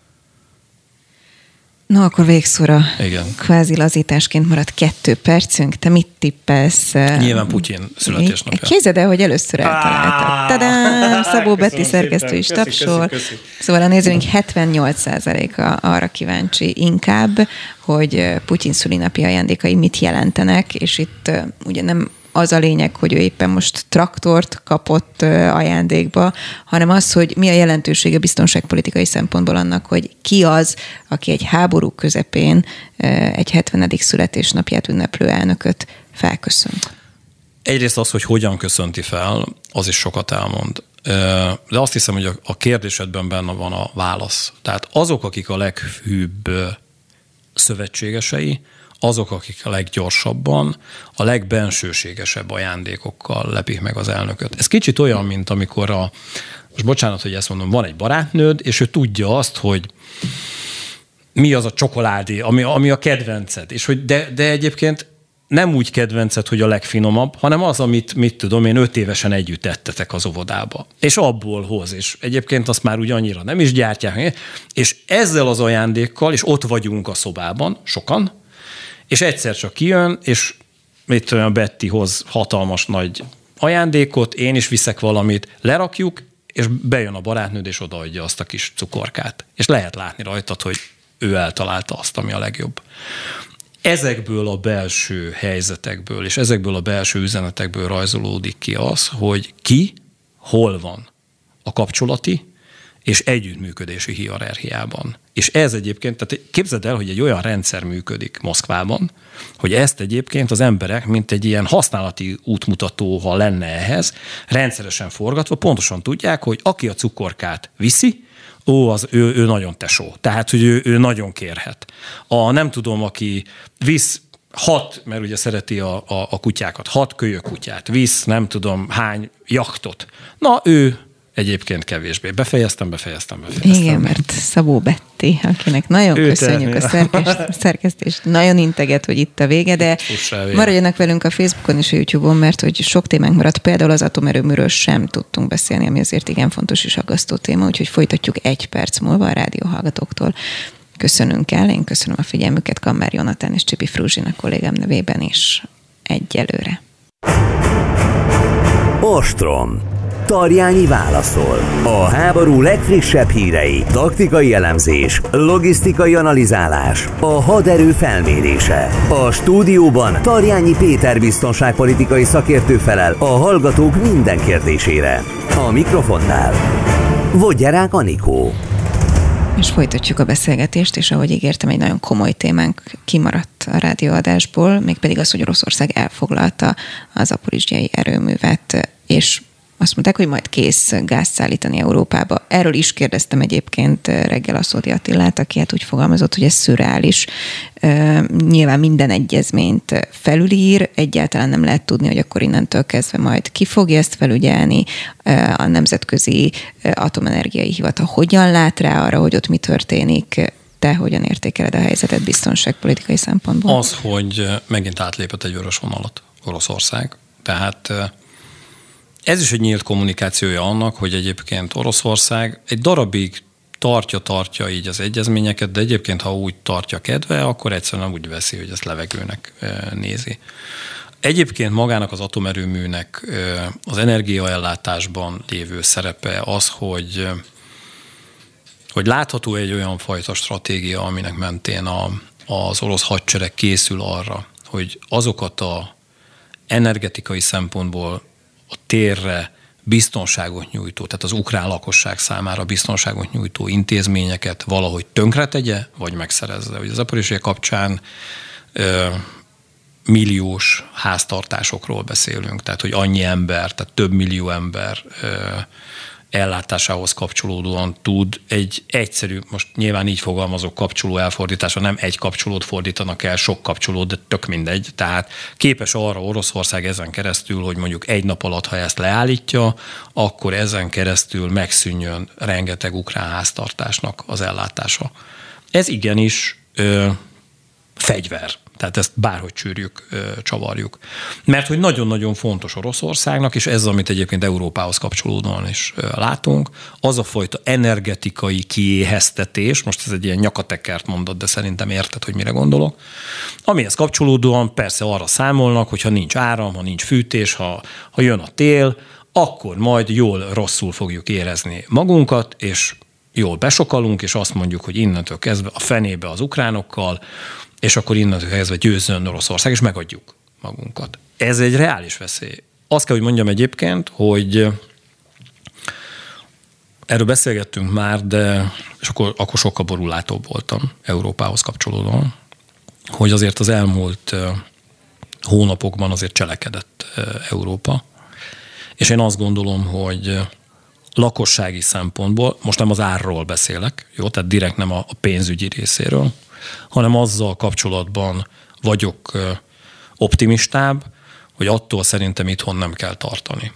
No, akkor végszóra kvázi lazításként maradt 2 percünk. Te mit tippelsz? Nyilván Putyin születésnapja. Képzeld el, hogy először eltaláltad. Tadám! Szabó Betti szerkesztő is tapsol. Szóval a nézőink 78%-a arra kíváncsi inkább, hogy Putyin szülinapi ajándékai mit jelentenek, és itt ugye nem az a lényeg, hogy ő éppen most traktort kapott ajándékba, hanem az, hogy mi a jelentősége biztonságpolitikai szempontból annak, hogy ki az, aki egy háború közepén egy 70. születésnapját ünneplő elnököt felköszönt. Egyrészt az, hogy hogyan köszönti fel, az is sokat elmond. De azt hiszem, hogy a kérdésedben benne van a válasz. Tehát azok, akik a leghűbb szövetségesei, azok, akik a leggyorsabban, a legbensőségesebb ajándékokkal lepik meg az elnököt. Ez kicsit olyan, mint amikor most bocsánat, hogy ezt mondom, van egy barátnőd, és ő tudja azt, hogy mi az a csokoládé, ami a kedvenced. És hogy de egyébként nem úgy kedvenced, hogy a legfinomabb, hanem az, amit, mit tudom én, 5 évesen együtt ettetek az óvodába. És abból hoz, és egyébként azt már úgy annyira nem is gyártják. És ezzel az ajándékkal, és ott vagyunk a szobában, sokan, és egyszer csak kijön, és mit tudom, a Betty hoz hatalmas nagy ajándékot, én is viszek valamit, lerakjuk, és bejön a barátnőd, és odaadja azt a kis cukorkát. És lehet látni rajtad, hogy ő eltalálta azt, ami a legjobb. Ezekből a belső helyzetekből, és ezekből a belső üzenetekből rajzolódik ki az, hogy ki, hol van a kapcsolati és együttműködési hierarchiában. És ez egyébként, tehát képzeld el, hogy egy olyan rendszer működik Moszkvában, hogy ezt egyébként az emberek, mint egy ilyen használati útmutató, ha lenne ehhez, rendszeresen forgatva, pontosan tudják, hogy aki a cukorkát viszi, ő nagyon tesó. Tehát, hogy ő nagyon kérhet. Nem tudom, aki visz 6, mert ugye szereti a kutyákat, 6 kölyök kutyát, visz nem tudom hány jachtot. Na, ő egyébként kevésbé. Befejeztem. Igen, mert Szabó Betti, akinek nagyon köszönjük a szerkesztést, nagyon integet, hogy itt a vége, de maradjanak velünk a Facebookon és a YouTube-on, mert hogy sok témánk maradt, például az atomerőműről sem tudtunk beszélni, ami azért igen fontos és aggasztó téma, úgyhogy folytatjuk 1 perc múlva a rádióhallgatóktól. Köszönünk el, én köszönöm a figyelmüket Kammer Jonatán és Csipi Fruzsina kollégám nevében is egyelőre. Ostrom. Tarjányi válaszol. A háború legfrissebb hírei, taktikai elemzés, logisztikai analizálás, a haderő felmérése. A stúdióban Tarjányi Péter biztonságpolitikai szakértő felel a hallgatók minden kérdésére. A mikrofonnál Vogyarák Anikó. És folytatjuk a beszélgetést, és ahogy ígértem, egy nagyon komoly témánk kimaradt a rádióadásból, mégpedig az, hogy Oroszország elfoglalta a zaporizsgyai erőművet, és azt mondták, hogy majd kész gázt szállítani Európába. Erről is kérdeztem egyébként reggel a Szódi Attilát, aki hát úgy fogalmazott, hogy ez szürreális. Nyilván minden egyezményt felülír, egyáltalán nem lehet tudni, hogy akkor innentől kezdve majd ki fogja ezt felügyelni. A Nemzetközi Atomenergiai Hivatal hogyan lát rá arra, hogy ott mi történik? Te hogyan értékeled a helyzetet biztonságpolitikai szempontból? Az, hogy megint átlépett egy vörös vonalat Oroszország. Tehát ez is egy nyílt kommunikációja annak, hogy egyébként Oroszország egy darabig tartja így az egyezményeket, de egyébként, ha úgy tartja kedve, akkor egyszerűen úgy veszi, hogy ezt levegőnek nézi. Egyébként magának az atomerőműnek az energiaellátásban lévő szerepe az, hogy látható egy olyan fajta stratégia, aminek mentén az orosz hadsereg készül arra, hogy azokat a energetikai szempontból a térre biztonságot nyújtó, tehát az ukrán lakosság számára biztonságot nyújtó intézményeket valahogy tönkretegye, vagy megszerezze. Ugye az zaporizsjai kapcsán milliós háztartásokról beszélünk, tehát hogy annyi ember, tehát több millió ember ellátásához kapcsolódóan tud egy egyszerű, most nyilván így fogalmazok, kapcsoló elfordítása, nem egy kapcsolót fordítanak el, sok kapcsolót, de tök mindegy. Tehát képes arra Oroszország ezen keresztül, hogy mondjuk egy nap alatt, ha ezt leállítja, akkor ezen keresztül megszűnjön rengeteg ukrán háztartásnak az ellátása. Ez igenis fegyver. Tehát ezt bárhogy csűrjük, csavarjuk. Mert hogy nagyon-nagyon fontos Oroszországnak, és ez, amit egyébként Európához kapcsolódóan is látunk, az a fajta energetikai kiéheztetés, most ez egy ilyen nyakatekert mondat, de szerintem érted, hogy mire gondolok, amihez kapcsolódóan persze arra számolnak, hogy ha nincs áram, ha nincs fűtés, ha jön a tél, akkor majd jól-rosszul fogjuk érezni magunkat, és jól besokalunk, és azt mondjuk, hogy innentől kezdve a fenébe az ukránokkal, és akkor innentől kezdve győzzön Oroszország, és megadjuk magunkat. Ez egy reális veszély. Azt kell, hogy mondjam egyébként, hogy erről beszélgettünk már, de és akkor sokkal borulátóbb voltam Európához kapcsolódóan, hogy azért az elmúlt hónapokban azért cselekedett Európa. És én azt gondolom, hogy lakossági szempontból, most nem az árról beszélek, jó, tehát direkt nem a pénzügyi részéről, hanem azzal kapcsolatban vagyok optimistább, hogy attól szerintem itthon nem kell tartani,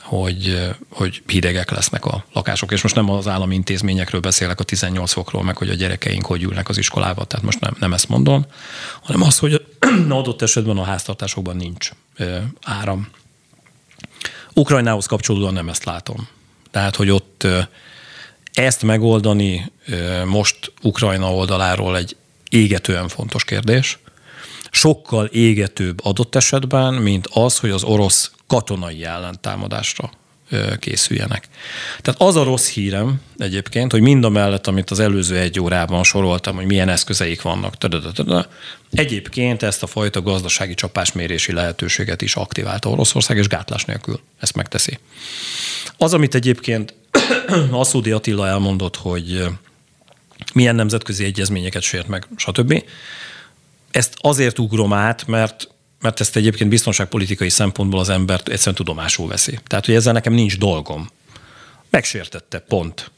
hogy hidegek lesznek a lakások. És most nem az állami intézményekről beszélek, a 18 fokról, meg hogy a gyerekeink hogy ülnek az iskolába, tehát most nem ezt mondom, hanem az, hogy adott esetben a háztartásokban nincs áram. Ukrajnához kapcsolódóan nem ezt látom. Tehát, hogy ott ezt megoldani most Ukrajna oldaláról egy égetően fontos kérdés. Sokkal égetőbb adott esetben, mint az, hogy az orosz katonai ellentámadásra készüljenek. Tehát az a rossz hírem egyébként, hogy mindamellett, amit az előző egy órában soroltam, hogy milyen eszközeik vannak, egyébként ezt a fajta gazdasági csapásmérési lehetőséget is aktiválta Oroszország, és gátlás nélkül ezt megteszi. Az, amit egyébként a Szódi Attila elmondott, hogy milyen nemzetközi egyezményeket sért meg, stb. Ezt azért ugrom át, mert ezt egyébként biztonságpolitikai szempontból az embert egyszerűen tudomásul veszi. Tehát, hogy ezzel nekem nincs dolgom. Megsértette, pont.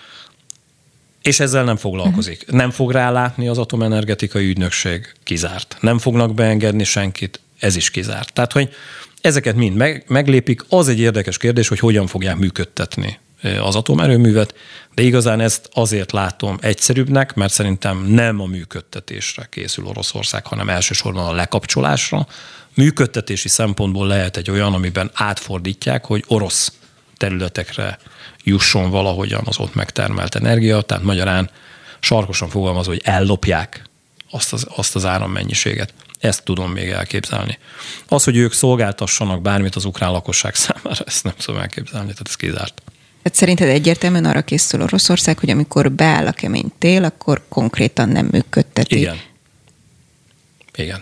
És ezzel nem foglalkozik. Nem fog rálátni az atomenergetikai ügynökség, kizárt. Nem fognak beengedni senkit, ez is kizárt. Tehát, hogy ezeket mind meglépik. Az egy érdekes kérdés, hogy hogyan fogják működtetni az atomerőművet, de igazán ezt azért látom egyszerűbbnek, mert szerintem nem a működtetésre készül Oroszország, hanem elsősorban a lekapcsolásra. Működtetési szempontból lehet egy olyan, amiben átfordítják, hogy orosz területekre jusson valahogyan az ott megtermelt energia, tehát magyarán sarkosan fogalmazva, hogy ellopják azt az árammennyiséget. Ezt tudom még elképzelni. Az, hogy ők szolgáltassanak bármit az ukrán lakosság számára, ezt nem tudom elképzelni, tehát ez kizárt. Tehát szerinted egyértelműen arra készül Oroszország, hogy amikor beáll a kemény tél, akkor konkrétan nem működteti? Igen.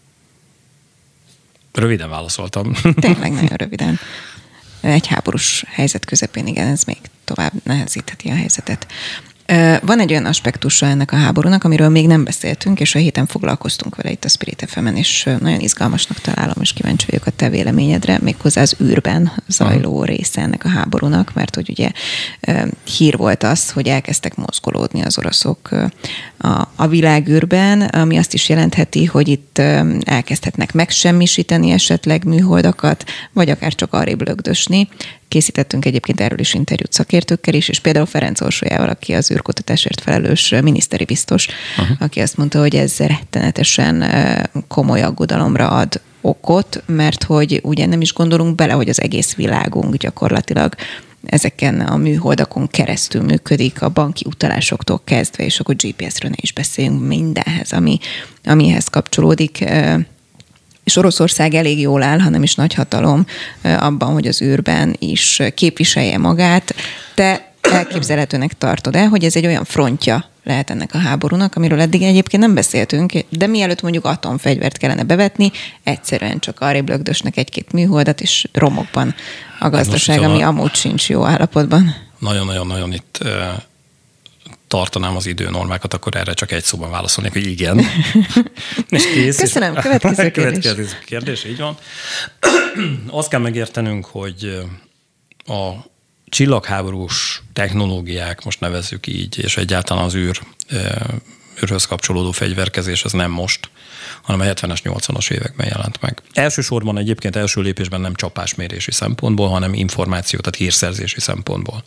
Röviden válaszoltam. Tényleg nagyon röviden. Egy háborús helyzet közepén, igen, ez még tovább nehezítheti a helyzetet. Van egy olyan aspektusa ennek a háborúnak, amiről még nem beszéltünk, és a héten foglalkoztunk vele itt a Spirit FM-en, és nagyon izgalmasnak találom, és kíváncsi vagyok a te véleményedre, méghozzá az űrben zajló része ennek a háborúnak, mert hogy ugye hír volt az, hogy elkezdtek mozgolódni az oroszok a világűrben, ami azt is jelentheti, hogy itt elkezdhetnek megsemmisíteni esetleg műholdakat, vagy akár csak arrébb lögdösni. Készítettünk egyébként erről is interjút szakértőkkel is, és például Ferenc Orsolyával, aki az űrkutatásért felelős miniszteri biztos, aki azt mondta, hogy ez rettenetesen komoly aggodalomra ad okot, mert hogy ugye nem is gondolunk bele, hogy az egész világunk gyakorlatilag ezeken a műholdakon keresztül működik, a banki utalásoktól kezdve, és akkor GPS-ről ne is beszéljünk, mindenhez, amihez kapcsolódik. És Oroszország elég jól áll, hanem is nagyhatalom abban, hogy az űrben is képviselje magát. Te elképzelhetőnek tartod-e, hogy ez egy olyan frontja lehet ennek a háborúnak, amiről eddig egyébként nem beszéltünk, de mielőtt mondjuk atomfegyvert kellene bevetni, egyszerűen csak arrébb lögdösnek egy-két műholdat, és romokban a gazdaság, ami amúgy sincs jó állapotban. Nagyon-nagyon itt tartanám az időnormákat, akkor erre csak egy szóban válaszolnék, hogy igen. És kész. Köszönöm, következő kérdés, így van. Azt kell megértenünk, hogy a csillagháborús technológiák, most nevezzük így, és egyáltalán az űrhöz kapcsolódó fegyverkezés, ez nem most, hanem a 70-es, 80-as években jelent meg. Elsősorban egyébként első lépésben nem csapásmérési szempontból, hanem információ, tehát hírszerzési szempontból.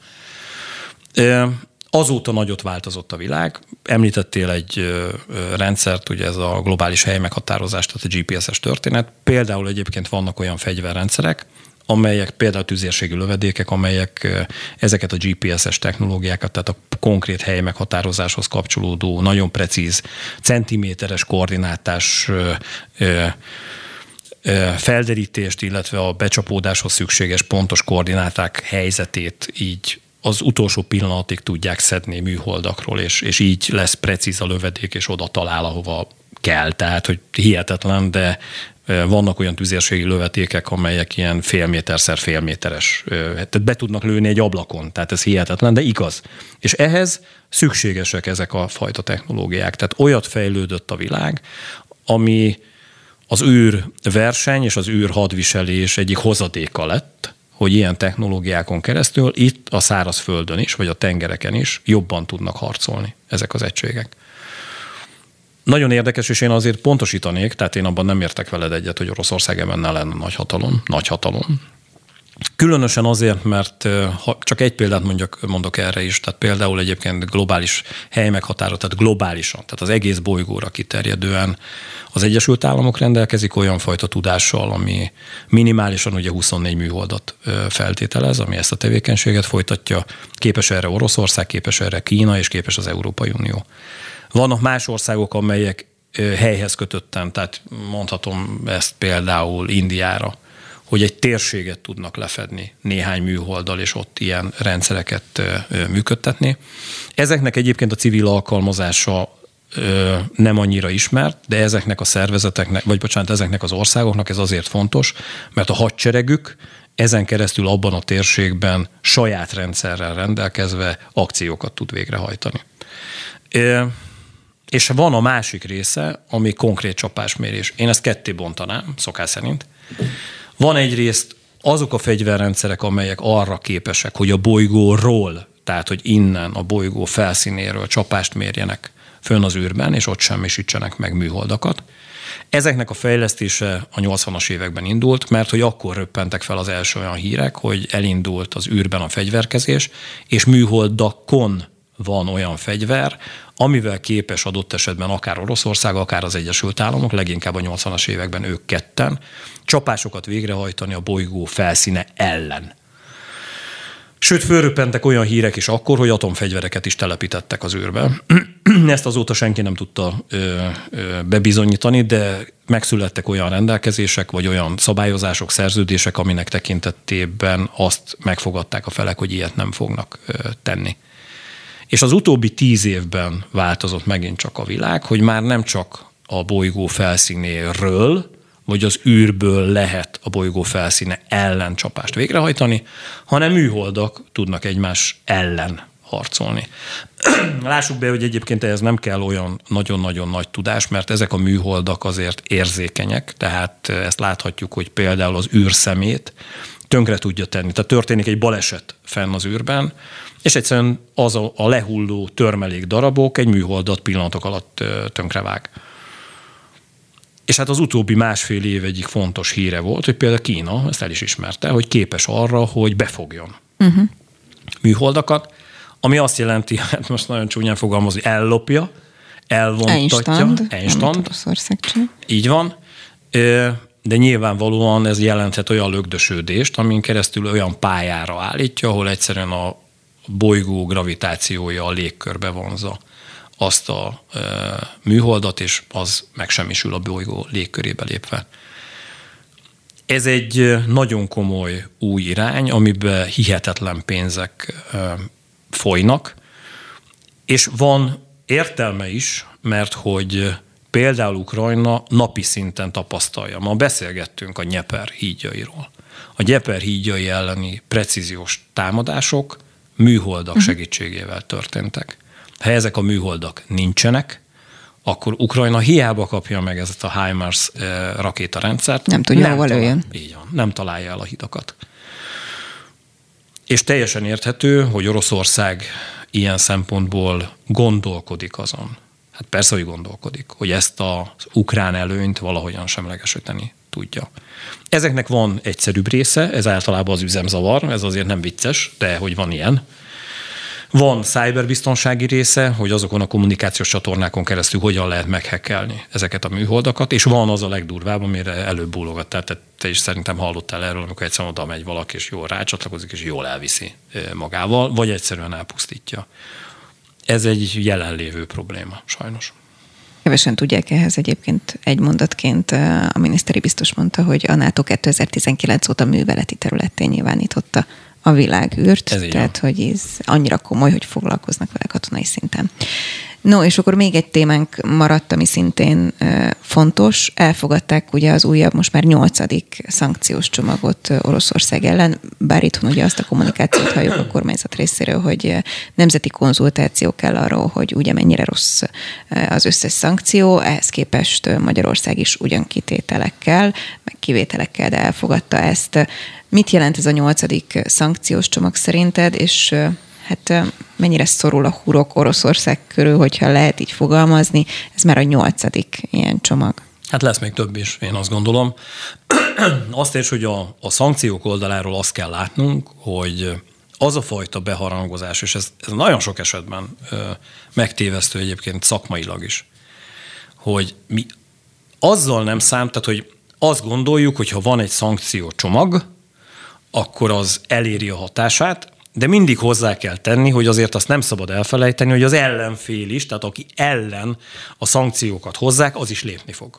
Azóta nagyot változott a világ. Említettél egy rendszert, ugye ez a globális helymeghatározás, tehát a GPS-es történet. Például egyébként vannak olyan fegyverrendszerek, amelyek például tüzérségi lövedékek, amelyek ezeket a GPS-es technológiákat, tehát a konkrét helymeghatározáshoz kapcsolódó, nagyon precíz, centiméteres koordinátás felderítést, illetve a becsapódáshoz szükséges pontos koordináták helyzetét így az utolsó pillanatig tudják szedni műholdakról, és így lesz precíz a lövedék, és oda talál, ahova kell. Tehát, hogy hihetetlen, de vannak olyan tüzérségi lövedékek, amelyek ilyen fél méterszer fél méteres, tehát be tudnak lőni egy ablakon, tehát ez hihetetlen, de igaz. És ehhez szükségesek ezek a fajta technológiák. Tehát olyat fejlődött a világ, ami az űrverseny és az űrhadviselés egyik hozadéka lett, hogy ilyen technológiákon keresztül itt a szárazföldön is, vagy a tengereken is jobban tudnak harcolni ezek az egységek. Nagyon érdekes, és én azért pontosítanék, tehát én abban nem értek veled egyet, hogy Oroszország ebben ne lenne nagyhatalom. Különösen azért, mert ha csak egy példát mondok erre is, tehát például egyébként globális helymeghatározás, tehát globálisan, tehát az egész bolygóra kiterjedően az Egyesült Államok rendelkezik olyan fajta tudással, ami minimálisan ugye 24 műholdat feltételez, ami ezt a tevékenységet folytatja. Képes erre Oroszország, képes erre Kína, és képes az Európai Unió. Vannak más országok, amelyek helyhez kötötten, tehát mondhatom ezt például Indiára, hogy egy térséget tudnak lefedni néhány műholddal, és ott ilyen rendszereket működtetni. Ezeknek egyébként a civil alkalmazása nem annyira ismert, de ezeknek a szervezeteknek, ezeknek az országoknak ez azért fontos, mert a hadseregük ezen keresztül abban a térségben saját rendszerrel rendelkezve akciókat tud végrehajtani. És van a másik része, ami konkrét csapásmérés. Én ezt ketté bontanám, szokás szerint. Van egyrészt azok a fegyverrendszerek, amelyek arra képesek, hogy a bolygóról, tehát hogy innen a bolygó felszínéről csapást mérjenek fönn az űrben, és ott semmisítsenek meg műholdakat. Ezeknek a fejlesztése a 80-as években indult, mert hogy akkor röppentek fel az első olyan hírek, hogy elindult az űrben a fegyverkezés, és műholdakon van olyan fegyver, amivel képes adott esetben akár Oroszország, akár az Egyesült Államok, leginkább a 80-as években ők ketten, csapásokat végrehajtani a bolygó felszíne ellen. Sőt, fölröppentek olyan hírek is akkor, hogy atomfegyvereket is telepítettek az űrbe. Ezt azóta senki nem tudta bebizonyítani, de megszülettek olyan rendelkezések, vagy olyan szabályozások, szerződések, aminek tekintetében azt megfogadták a felek, hogy ilyet nem fognak tenni. És az utóbbi 10 évben változott megint csak a világ, hogy már nem csak a bolygó felszínéről, vagy az űrből lehet a bolygó felszíne ellen csapást végrehajtani, hanem műholdak tudnak egymás ellen harcolni. Lássuk be, hogy egyébként ehhez nem kell olyan nagyon-nagyon nagy tudás, mert ezek a műholdak azért érzékenyek, tehát ezt láthatjuk, hogy például az űrszemét tönkre tudja tenni. Tehát történik egy baleset fenn az űrben, és egyszerűen az a lehulló törmelék darabok egy műholdat pillanatok alatt tönkrevág. És hát az utóbbi 1,5 év egyik fontos híre volt, hogy például Kína, ezt el is ismerte, hogy képes arra, hogy befogjon műholdakat, ami azt jelenti, hát most nagyon csúnyán fogalmazni, ellopja, elvontatja. Einstand. Így van. De nyilvánvalóan ez jelenthet olyan lögdösödést, amin keresztül olyan pályára állítja, ahol egyszerűen a bolygó gravitációja a légkörbe vonza azt a műholdat, és az megsemmisül a bolygó légkörébe lépve. Ez egy nagyon komoly új irány, amiben hihetetlen pénzek folynak, és van értelme is, mert hogy például Ukrajna napi szinten tapasztalja. Ma beszélgettünk a Dnyeper hídjairól. A Dnyeper hídjai elleni precíziós támadások műholdak segítségével történtek. Ha ezek a műholdak nincsenek, akkor Ukrajna hiába kapja meg ezt a HIMARS rakétarendszert. Nem tudja, hova lőjön. Így van, nem találja el a hidakat. És teljesen érthető, hogy Oroszország ilyen szempontból gondolkodik azon. Hát persze, hogy gondolkodik, hogy ezt az ukrán előnyt valahogyan semlegesíteni tudja. Ezeknek van egyszerűbb része, ez általában az üzemzavar, ez azért nem vicces, de hogy van ilyen. Van szájberbiztonsági része, hogy azokon a kommunikációs csatornákon keresztül hogyan lehet meghekkelni ezeket a műholdakat, és van az a legdurvább, amire előbb bólogat. Tehát te is szerintem hallottál erről, amikor egyszerűen oda megy valaki, és jól rácsatlakozik, és jól elviszi magával, vagy egyszerűen elpusztítja. Ez egy jelenlévő probléma, sajnos. Kevesen tudják ehhez egyébként egy mondatként. A miniszteri biztos mondta, hogy a NATO 2019 óta műveleti területén nyilvánította a világűrt, tehát hogy ez annyira komoly, hogy foglalkoznak vele katonai szinten. No, és akkor még egy témánk maradt, ami szintén fontos. Elfogadták ugye az újabb, most már 8. szankciós csomagot Oroszország ellen, bár itthon ugye azt a kommunikációt halljuk a kormányzat részéről, hogy nemzeti konzultáció kell arról, hogy ugye mennyire rossz az összes szankció, ehhez képest Magyarország is ugyan kitételekkel, meg kivételekkel, de elfogadta ezt. Mit jelent ez a 8. szankciós csomag szerinted, és hát mennyire szorul a hurok Oroszország körül, hogyha lehet így fogalmazni, ez már a 8. ilyen csomag. Hát lesz még több is, én azt gondolom. Azt is, hogy a szankciók oldaláról azt kell látnunk, hogy az a fajta beharangozás, és ez nagyon sok esetben megtévesztő egyébként szakmailag is, hogy mi azzal nem tehát hogy azt gondoljuk, hogy ha van egy szankciócsomag, akkor az eléri a hatását, de mindig hozzá kell tenni, hogy azért azt nem szabad elfelejteni, hogy az ellenfél is, tehát aki ellen a szankciókat hozzák, az is lépni fog.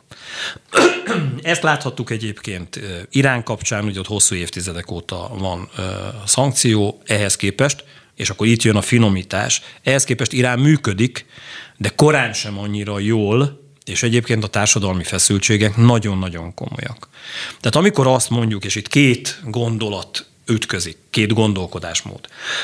Ezt láthattuk egyébként Irán kapcsán, hogy ott hosszú évtizedek óta van szankció, ehhez képest, és akkor itt jön a finomítás, ehhez képest Irán működik, de korán sem annyira jól, és egyébként a társadalmi feszültségek nagyon-nagyon komolyak. Tehát amikor azt mondjuk, és itt 2 gondolat ütközik, 2 gondolkodásmód.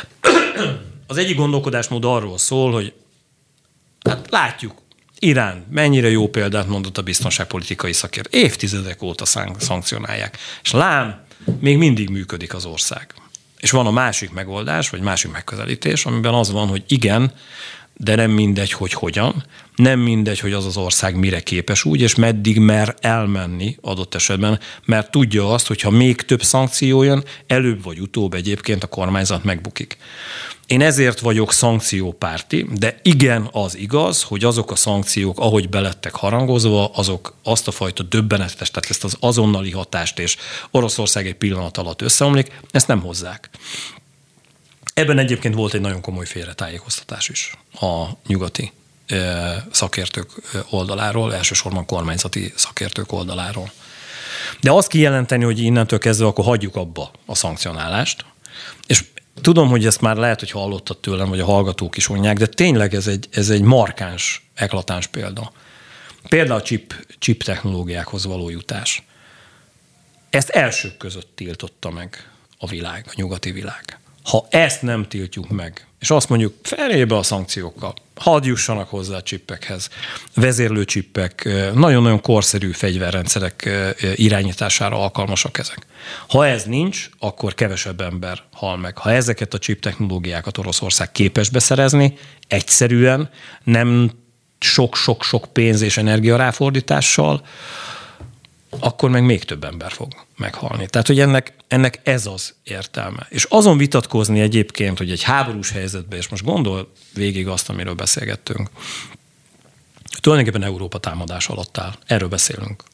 Az egyik gondolkodásmód arról szól, hogy hát látjuk, Irán mennyire jó példát mondott a biztonságpolitikai szakértő. Évtizedek óta szankcionálják. És lám, még mindig működik az ország. És van a másik megoldás, vagy másik megközelítés, amiben az van, hogy igen, de nem mindegy, hogy hogyan, nem mindegy, hogy az ország mire képes úgy, és meddig mer elmenni adott esetben, mert tudja azt, hogyha még több szankció jön, előbb vagy utóbb egyébként a kormányzat megbukik. Én ezért vagyok szankciópárti, de igen, az igaz, hogy azok a szankciók, ahogy belettek harangozva, azok azt a fajta döbbenetes, tehát ezt az azonnali hatást, és Oroszország egy pillanat alatt összeomlik, ezt nem hozzák. Ebben egyébként volt egy nagyon komoly félretájékoztatás is a nyugati szakértők oldaláról, elsősorban kormányzati szakértők oldaláról. De azt kijelenteni, hogy innentől kezdve akkor hagyjuk abba a szankcionálást, és tudom, hogy ezt már lehet, hogy hallottad tőlem, vagy a hallgatók is mondják, de tényleg ez egy markáns, eklatáns példa. Például a chip technológiákhoz való jutás. Ezt elsők között tiltotta meg a világ, a nyugati világ. Ha ezt nem tiltjuk meg, és azt mondjuk, felébe a szankciókkal, hadd jussanak hozzá a csippekhez, vezérlő csippek, nagyon-nagyon korszerű fegyverrendszerek irányítására alkalmasak ezek. Ha ez nincs, akkor kevesebb ember hal meg. Ha ezeket a chip technológiákat Oroszország képes beszerezni, egyszerűen, nem sok-sok-sok pénz és energia ráfordítással, akkor meg még több ember fog meghalni. Tehát, hogy ennek ez az értelme. És azon vitatkozni egyébként, hogy egy háborús helyzetben, és most gondol végig azt, amiről beszélgettünk, tulajdonképpen Európa támadás alatt áll. Erről beszélünk.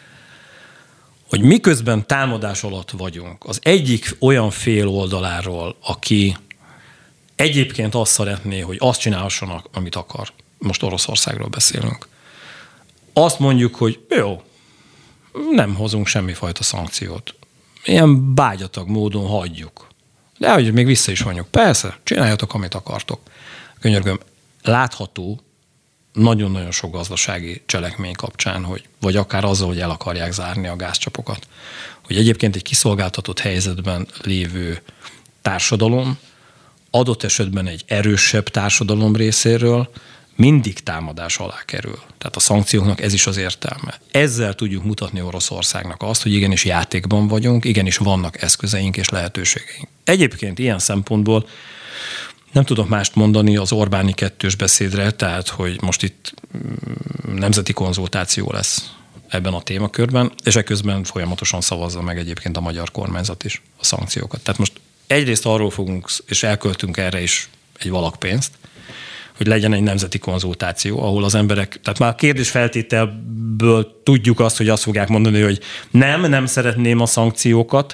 Hogy miközben támadás alatt vagyunk, az egyik olyan fél oldaláról, aki egyébként azt szeretné, hogy azt csinálhassanak, amit akar. Most Oroszországról beszélünk. Azt mondjuk, hogy jó, nem hozunk semmifajta szankciót. Ilyen bágyatag módon hagyjuk. De hogy még vissza is vonjuk. Persze, csináljatok, amit akartok. Könyörgöm, látható nagyon-nagyon sok gazdasági cselekmény kapcsán, vagy akár azzal, hogy el akarják zárni a gázcsapokat, hogy egyébként egy kiszolgáltatott helyzetben lévő társadalom, adott esetben egy erősebb társadalom részéről mindig támadás alá kerül. Tehát a szankcióknak ez is az értelme. Ezzel tudjuk mutatni Oroszországnak azt, hogy igenis játékban vagyunk, igenis vannak eszközeink és lehetőségeink. Egyébként ilyen szempontból nem tudok mást mondani az Orbáni kettős beszédre, tehát hogy most itt nemzeti konzultáció lesz ebben a témakörben, és eközben folyamatosan szavazza meg egyébként a magyar kormányzat is a szankciókat. Tehát most egyrészt arról fogunk, és elköltünk erre is egy valakpénzt, hogy legyen egy nemzeti konzultáció, ahol az emberek, tehát már a kérdésfeltételből tudjuk azt, hogy azt fogják mondani, hogy nem szeretném a szankciókat,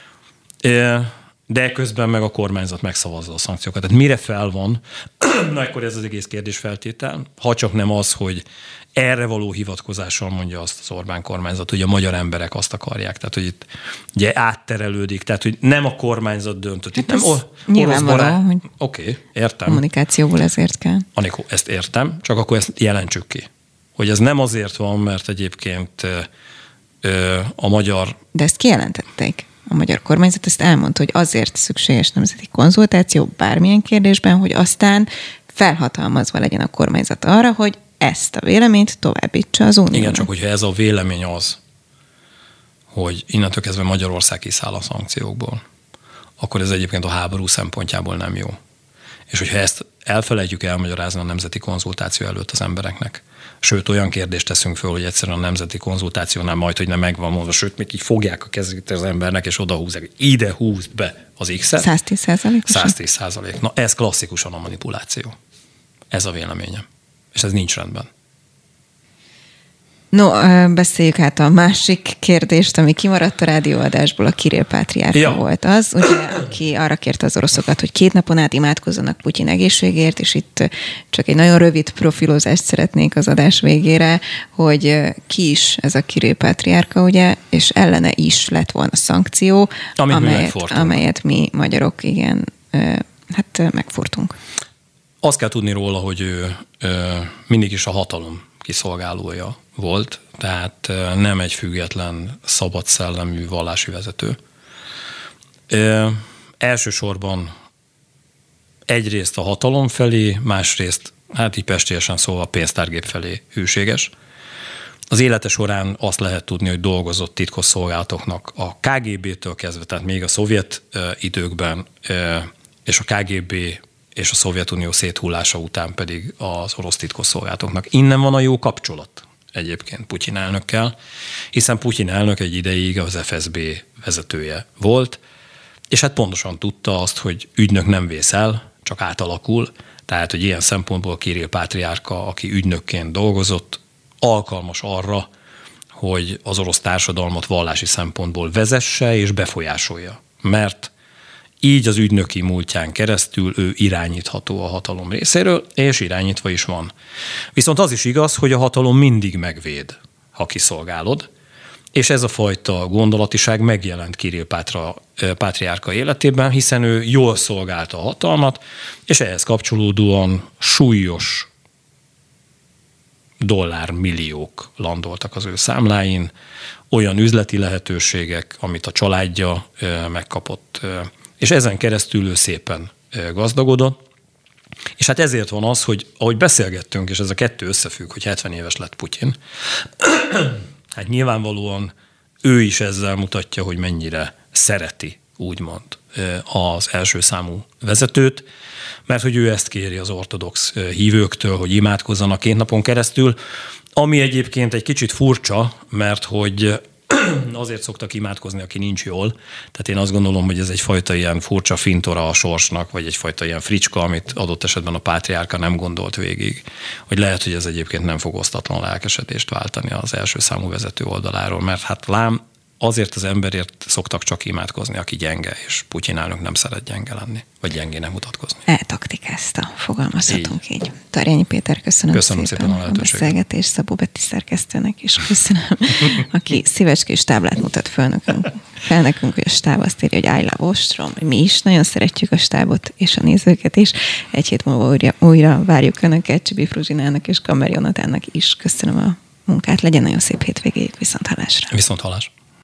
de közben meg a kormányzat megszavazza a szankciókat. Tehát mire fel van, na akkor ez az egész kérdésfeltétel, ha csak nem az, hogy erre való hivatkozással mondja azt az Orbán kormányzat, hogy a magyar emberek azt akarják. Tehát, hogy itt ugye átterelődik, tehát, hogy nem a kormányzat döntött. Itt hát nem nyilvánvaló, hogy Oké, értem. kommunikációból ezért kell. Anikó, ezt értem, csak akkor ezt jelentsük ki. Hogy ez nem azért van, mert egyébként a magyar... De ezt kijelentették. A magyar kormányzat ezt elmondta, hogy azért szükséges nemzeti konzultáció bármilyen kérdésben, hogy aztán felhatalmazva legyen a kormányzat arra, hogy ezt a véleményt továbbítsa az Uniónak. Igen, csak hogyha ez a vélemény az, hogy innentől kezdve Magyarország kiszáll a szankciókból, akkor ez egyébként a háború szempontjából nem jó. És hogyha ezt elfelejtjük elmagyarázni a nemzeti konzultáció előtt az embereknek, sőt, olyan kérdést teszünk föl, hogy egyszerűen a nemzeti konzultációnál majd, hogy nem megvan mondva, sőt, még így fogják a kezét az embernek, és oda húzzák, hogy ide húzd be az X-et. 110%. 110%. Na, ez klasszikusan a manipuláció. Ez a véleményem. És ez nincs rendben. No, beszéljük át a másik kérdést, ami kimaradt a rádióadásból, a Kirill pátriárka volt az, ugye, aki arra kérte az oroszokat, hogy 2 napon át imádkozzanak Putyin egészségért, és itt csak egy nagyon rövid profilozást szeretnék az adás végére, hogy ki is ez a Kirill pátriárka, ugye, és ellene is lett volna szankció, amelyet mi magyarok, igen, megfordtunk. Azt kell tudni róla, hogy ő mindig is a hatalom kiszolgálója volt, tehát nem egy független, szabad szellemű vallási vezető. Elsősorban egyrészt a hatalom felé, másrészt, hát így pestélyesen szólva a pénztárgép felé hűséges. Az élete során azt lehet tudni, hogy dolgozott titkosszolgálatoknak a KGB-től kezdve, tehát még a szovjet időkben, és a KGB és a Szovjetunió széthullása után pedig az orosz titkosszolgálatoknak. Innen van a jó kapcsolat egyébként Putyin elnökkel, hiszen Putyin elnök egy ideig az FSB vezetője volt, és hát pontosan tudta azt, hogy ügynök nem vész el, csak átalakul, tehát, hogy ilyen szempontból Kirill pátriárka, aki ügynökként dolgozott, alkalmas arra, hogy az orosz társadalmat vallási szempontból vezesse és befolyásolja. Mert így az ügynöki múltján keresztül ő irányítható a hatalom részéről, és irányítva is van. Viszont az is igaz, hogy a hatalom mindig megvéd, ha kiszolgálod, és ez a fajta gondolatiság megjelent Kirill pátriárka életében, hiszen ő jól szolgálta a hatalmat, és ehhez kapcsolódóan súlyos dollármilliók landoltak az ő számláin, olyan üzleti lehetőségek, amit a családja megkapott, és ezen keresztül ő szépen gazdagodott. És hát ezért van az, hogy ahogy beszélgettünk, és ez a kettő összefügg, hogy 70 éves lett Putyin, hát nyilvánvalóan ő is ezzel mutatja, hogy mennyire szereti, úgymond, az első számú vezetőt, mert hogy ő ezt kéri az ortodox hívőktől, hogy imádkozzanak 2 napon keresztül, ami egyébként egy kicsit furcsa, mert hogy azért szoktak imádkozni, aki nincs jól. Tehát én azt gondolom, hogy ez egyfajta ilyen furcsa fintora a sorsnak, vagy egyfajta ilyen fricska, amit adott esetben a pátriárka nem gondolt végig. Hogy lehet, hogy ez egyébként nem fog osztatlan lelkesedést váltani az első számú vezető oldaláról, mert hát lám azért az emberért szoktak csak imádkozni, aki gyenge, és Putyin elnök nem szeret gyenge lenni, vagy gyengének mutatkozni. Eltaktikázta, fogalmazhatunk így. Tarjányi Péter, köszönöm szépen a beszélgetést, Szabó Betti szerkesztőnek is köszönöm, aki szívecskés táblát mutat fel nekünk, hogy a stáb azt írja, hogy I love Ostrom. Mi is nagyon szeretjük a stábot és a nézőket is. 1 hét múlva újra várjuk Önöket, Csibi Fruzsinának és Kammer Jonatánnak is. Köszönöm a munkát, legyen nagyon szép hétvégéjük, viszonthallásra. Viszonthallás.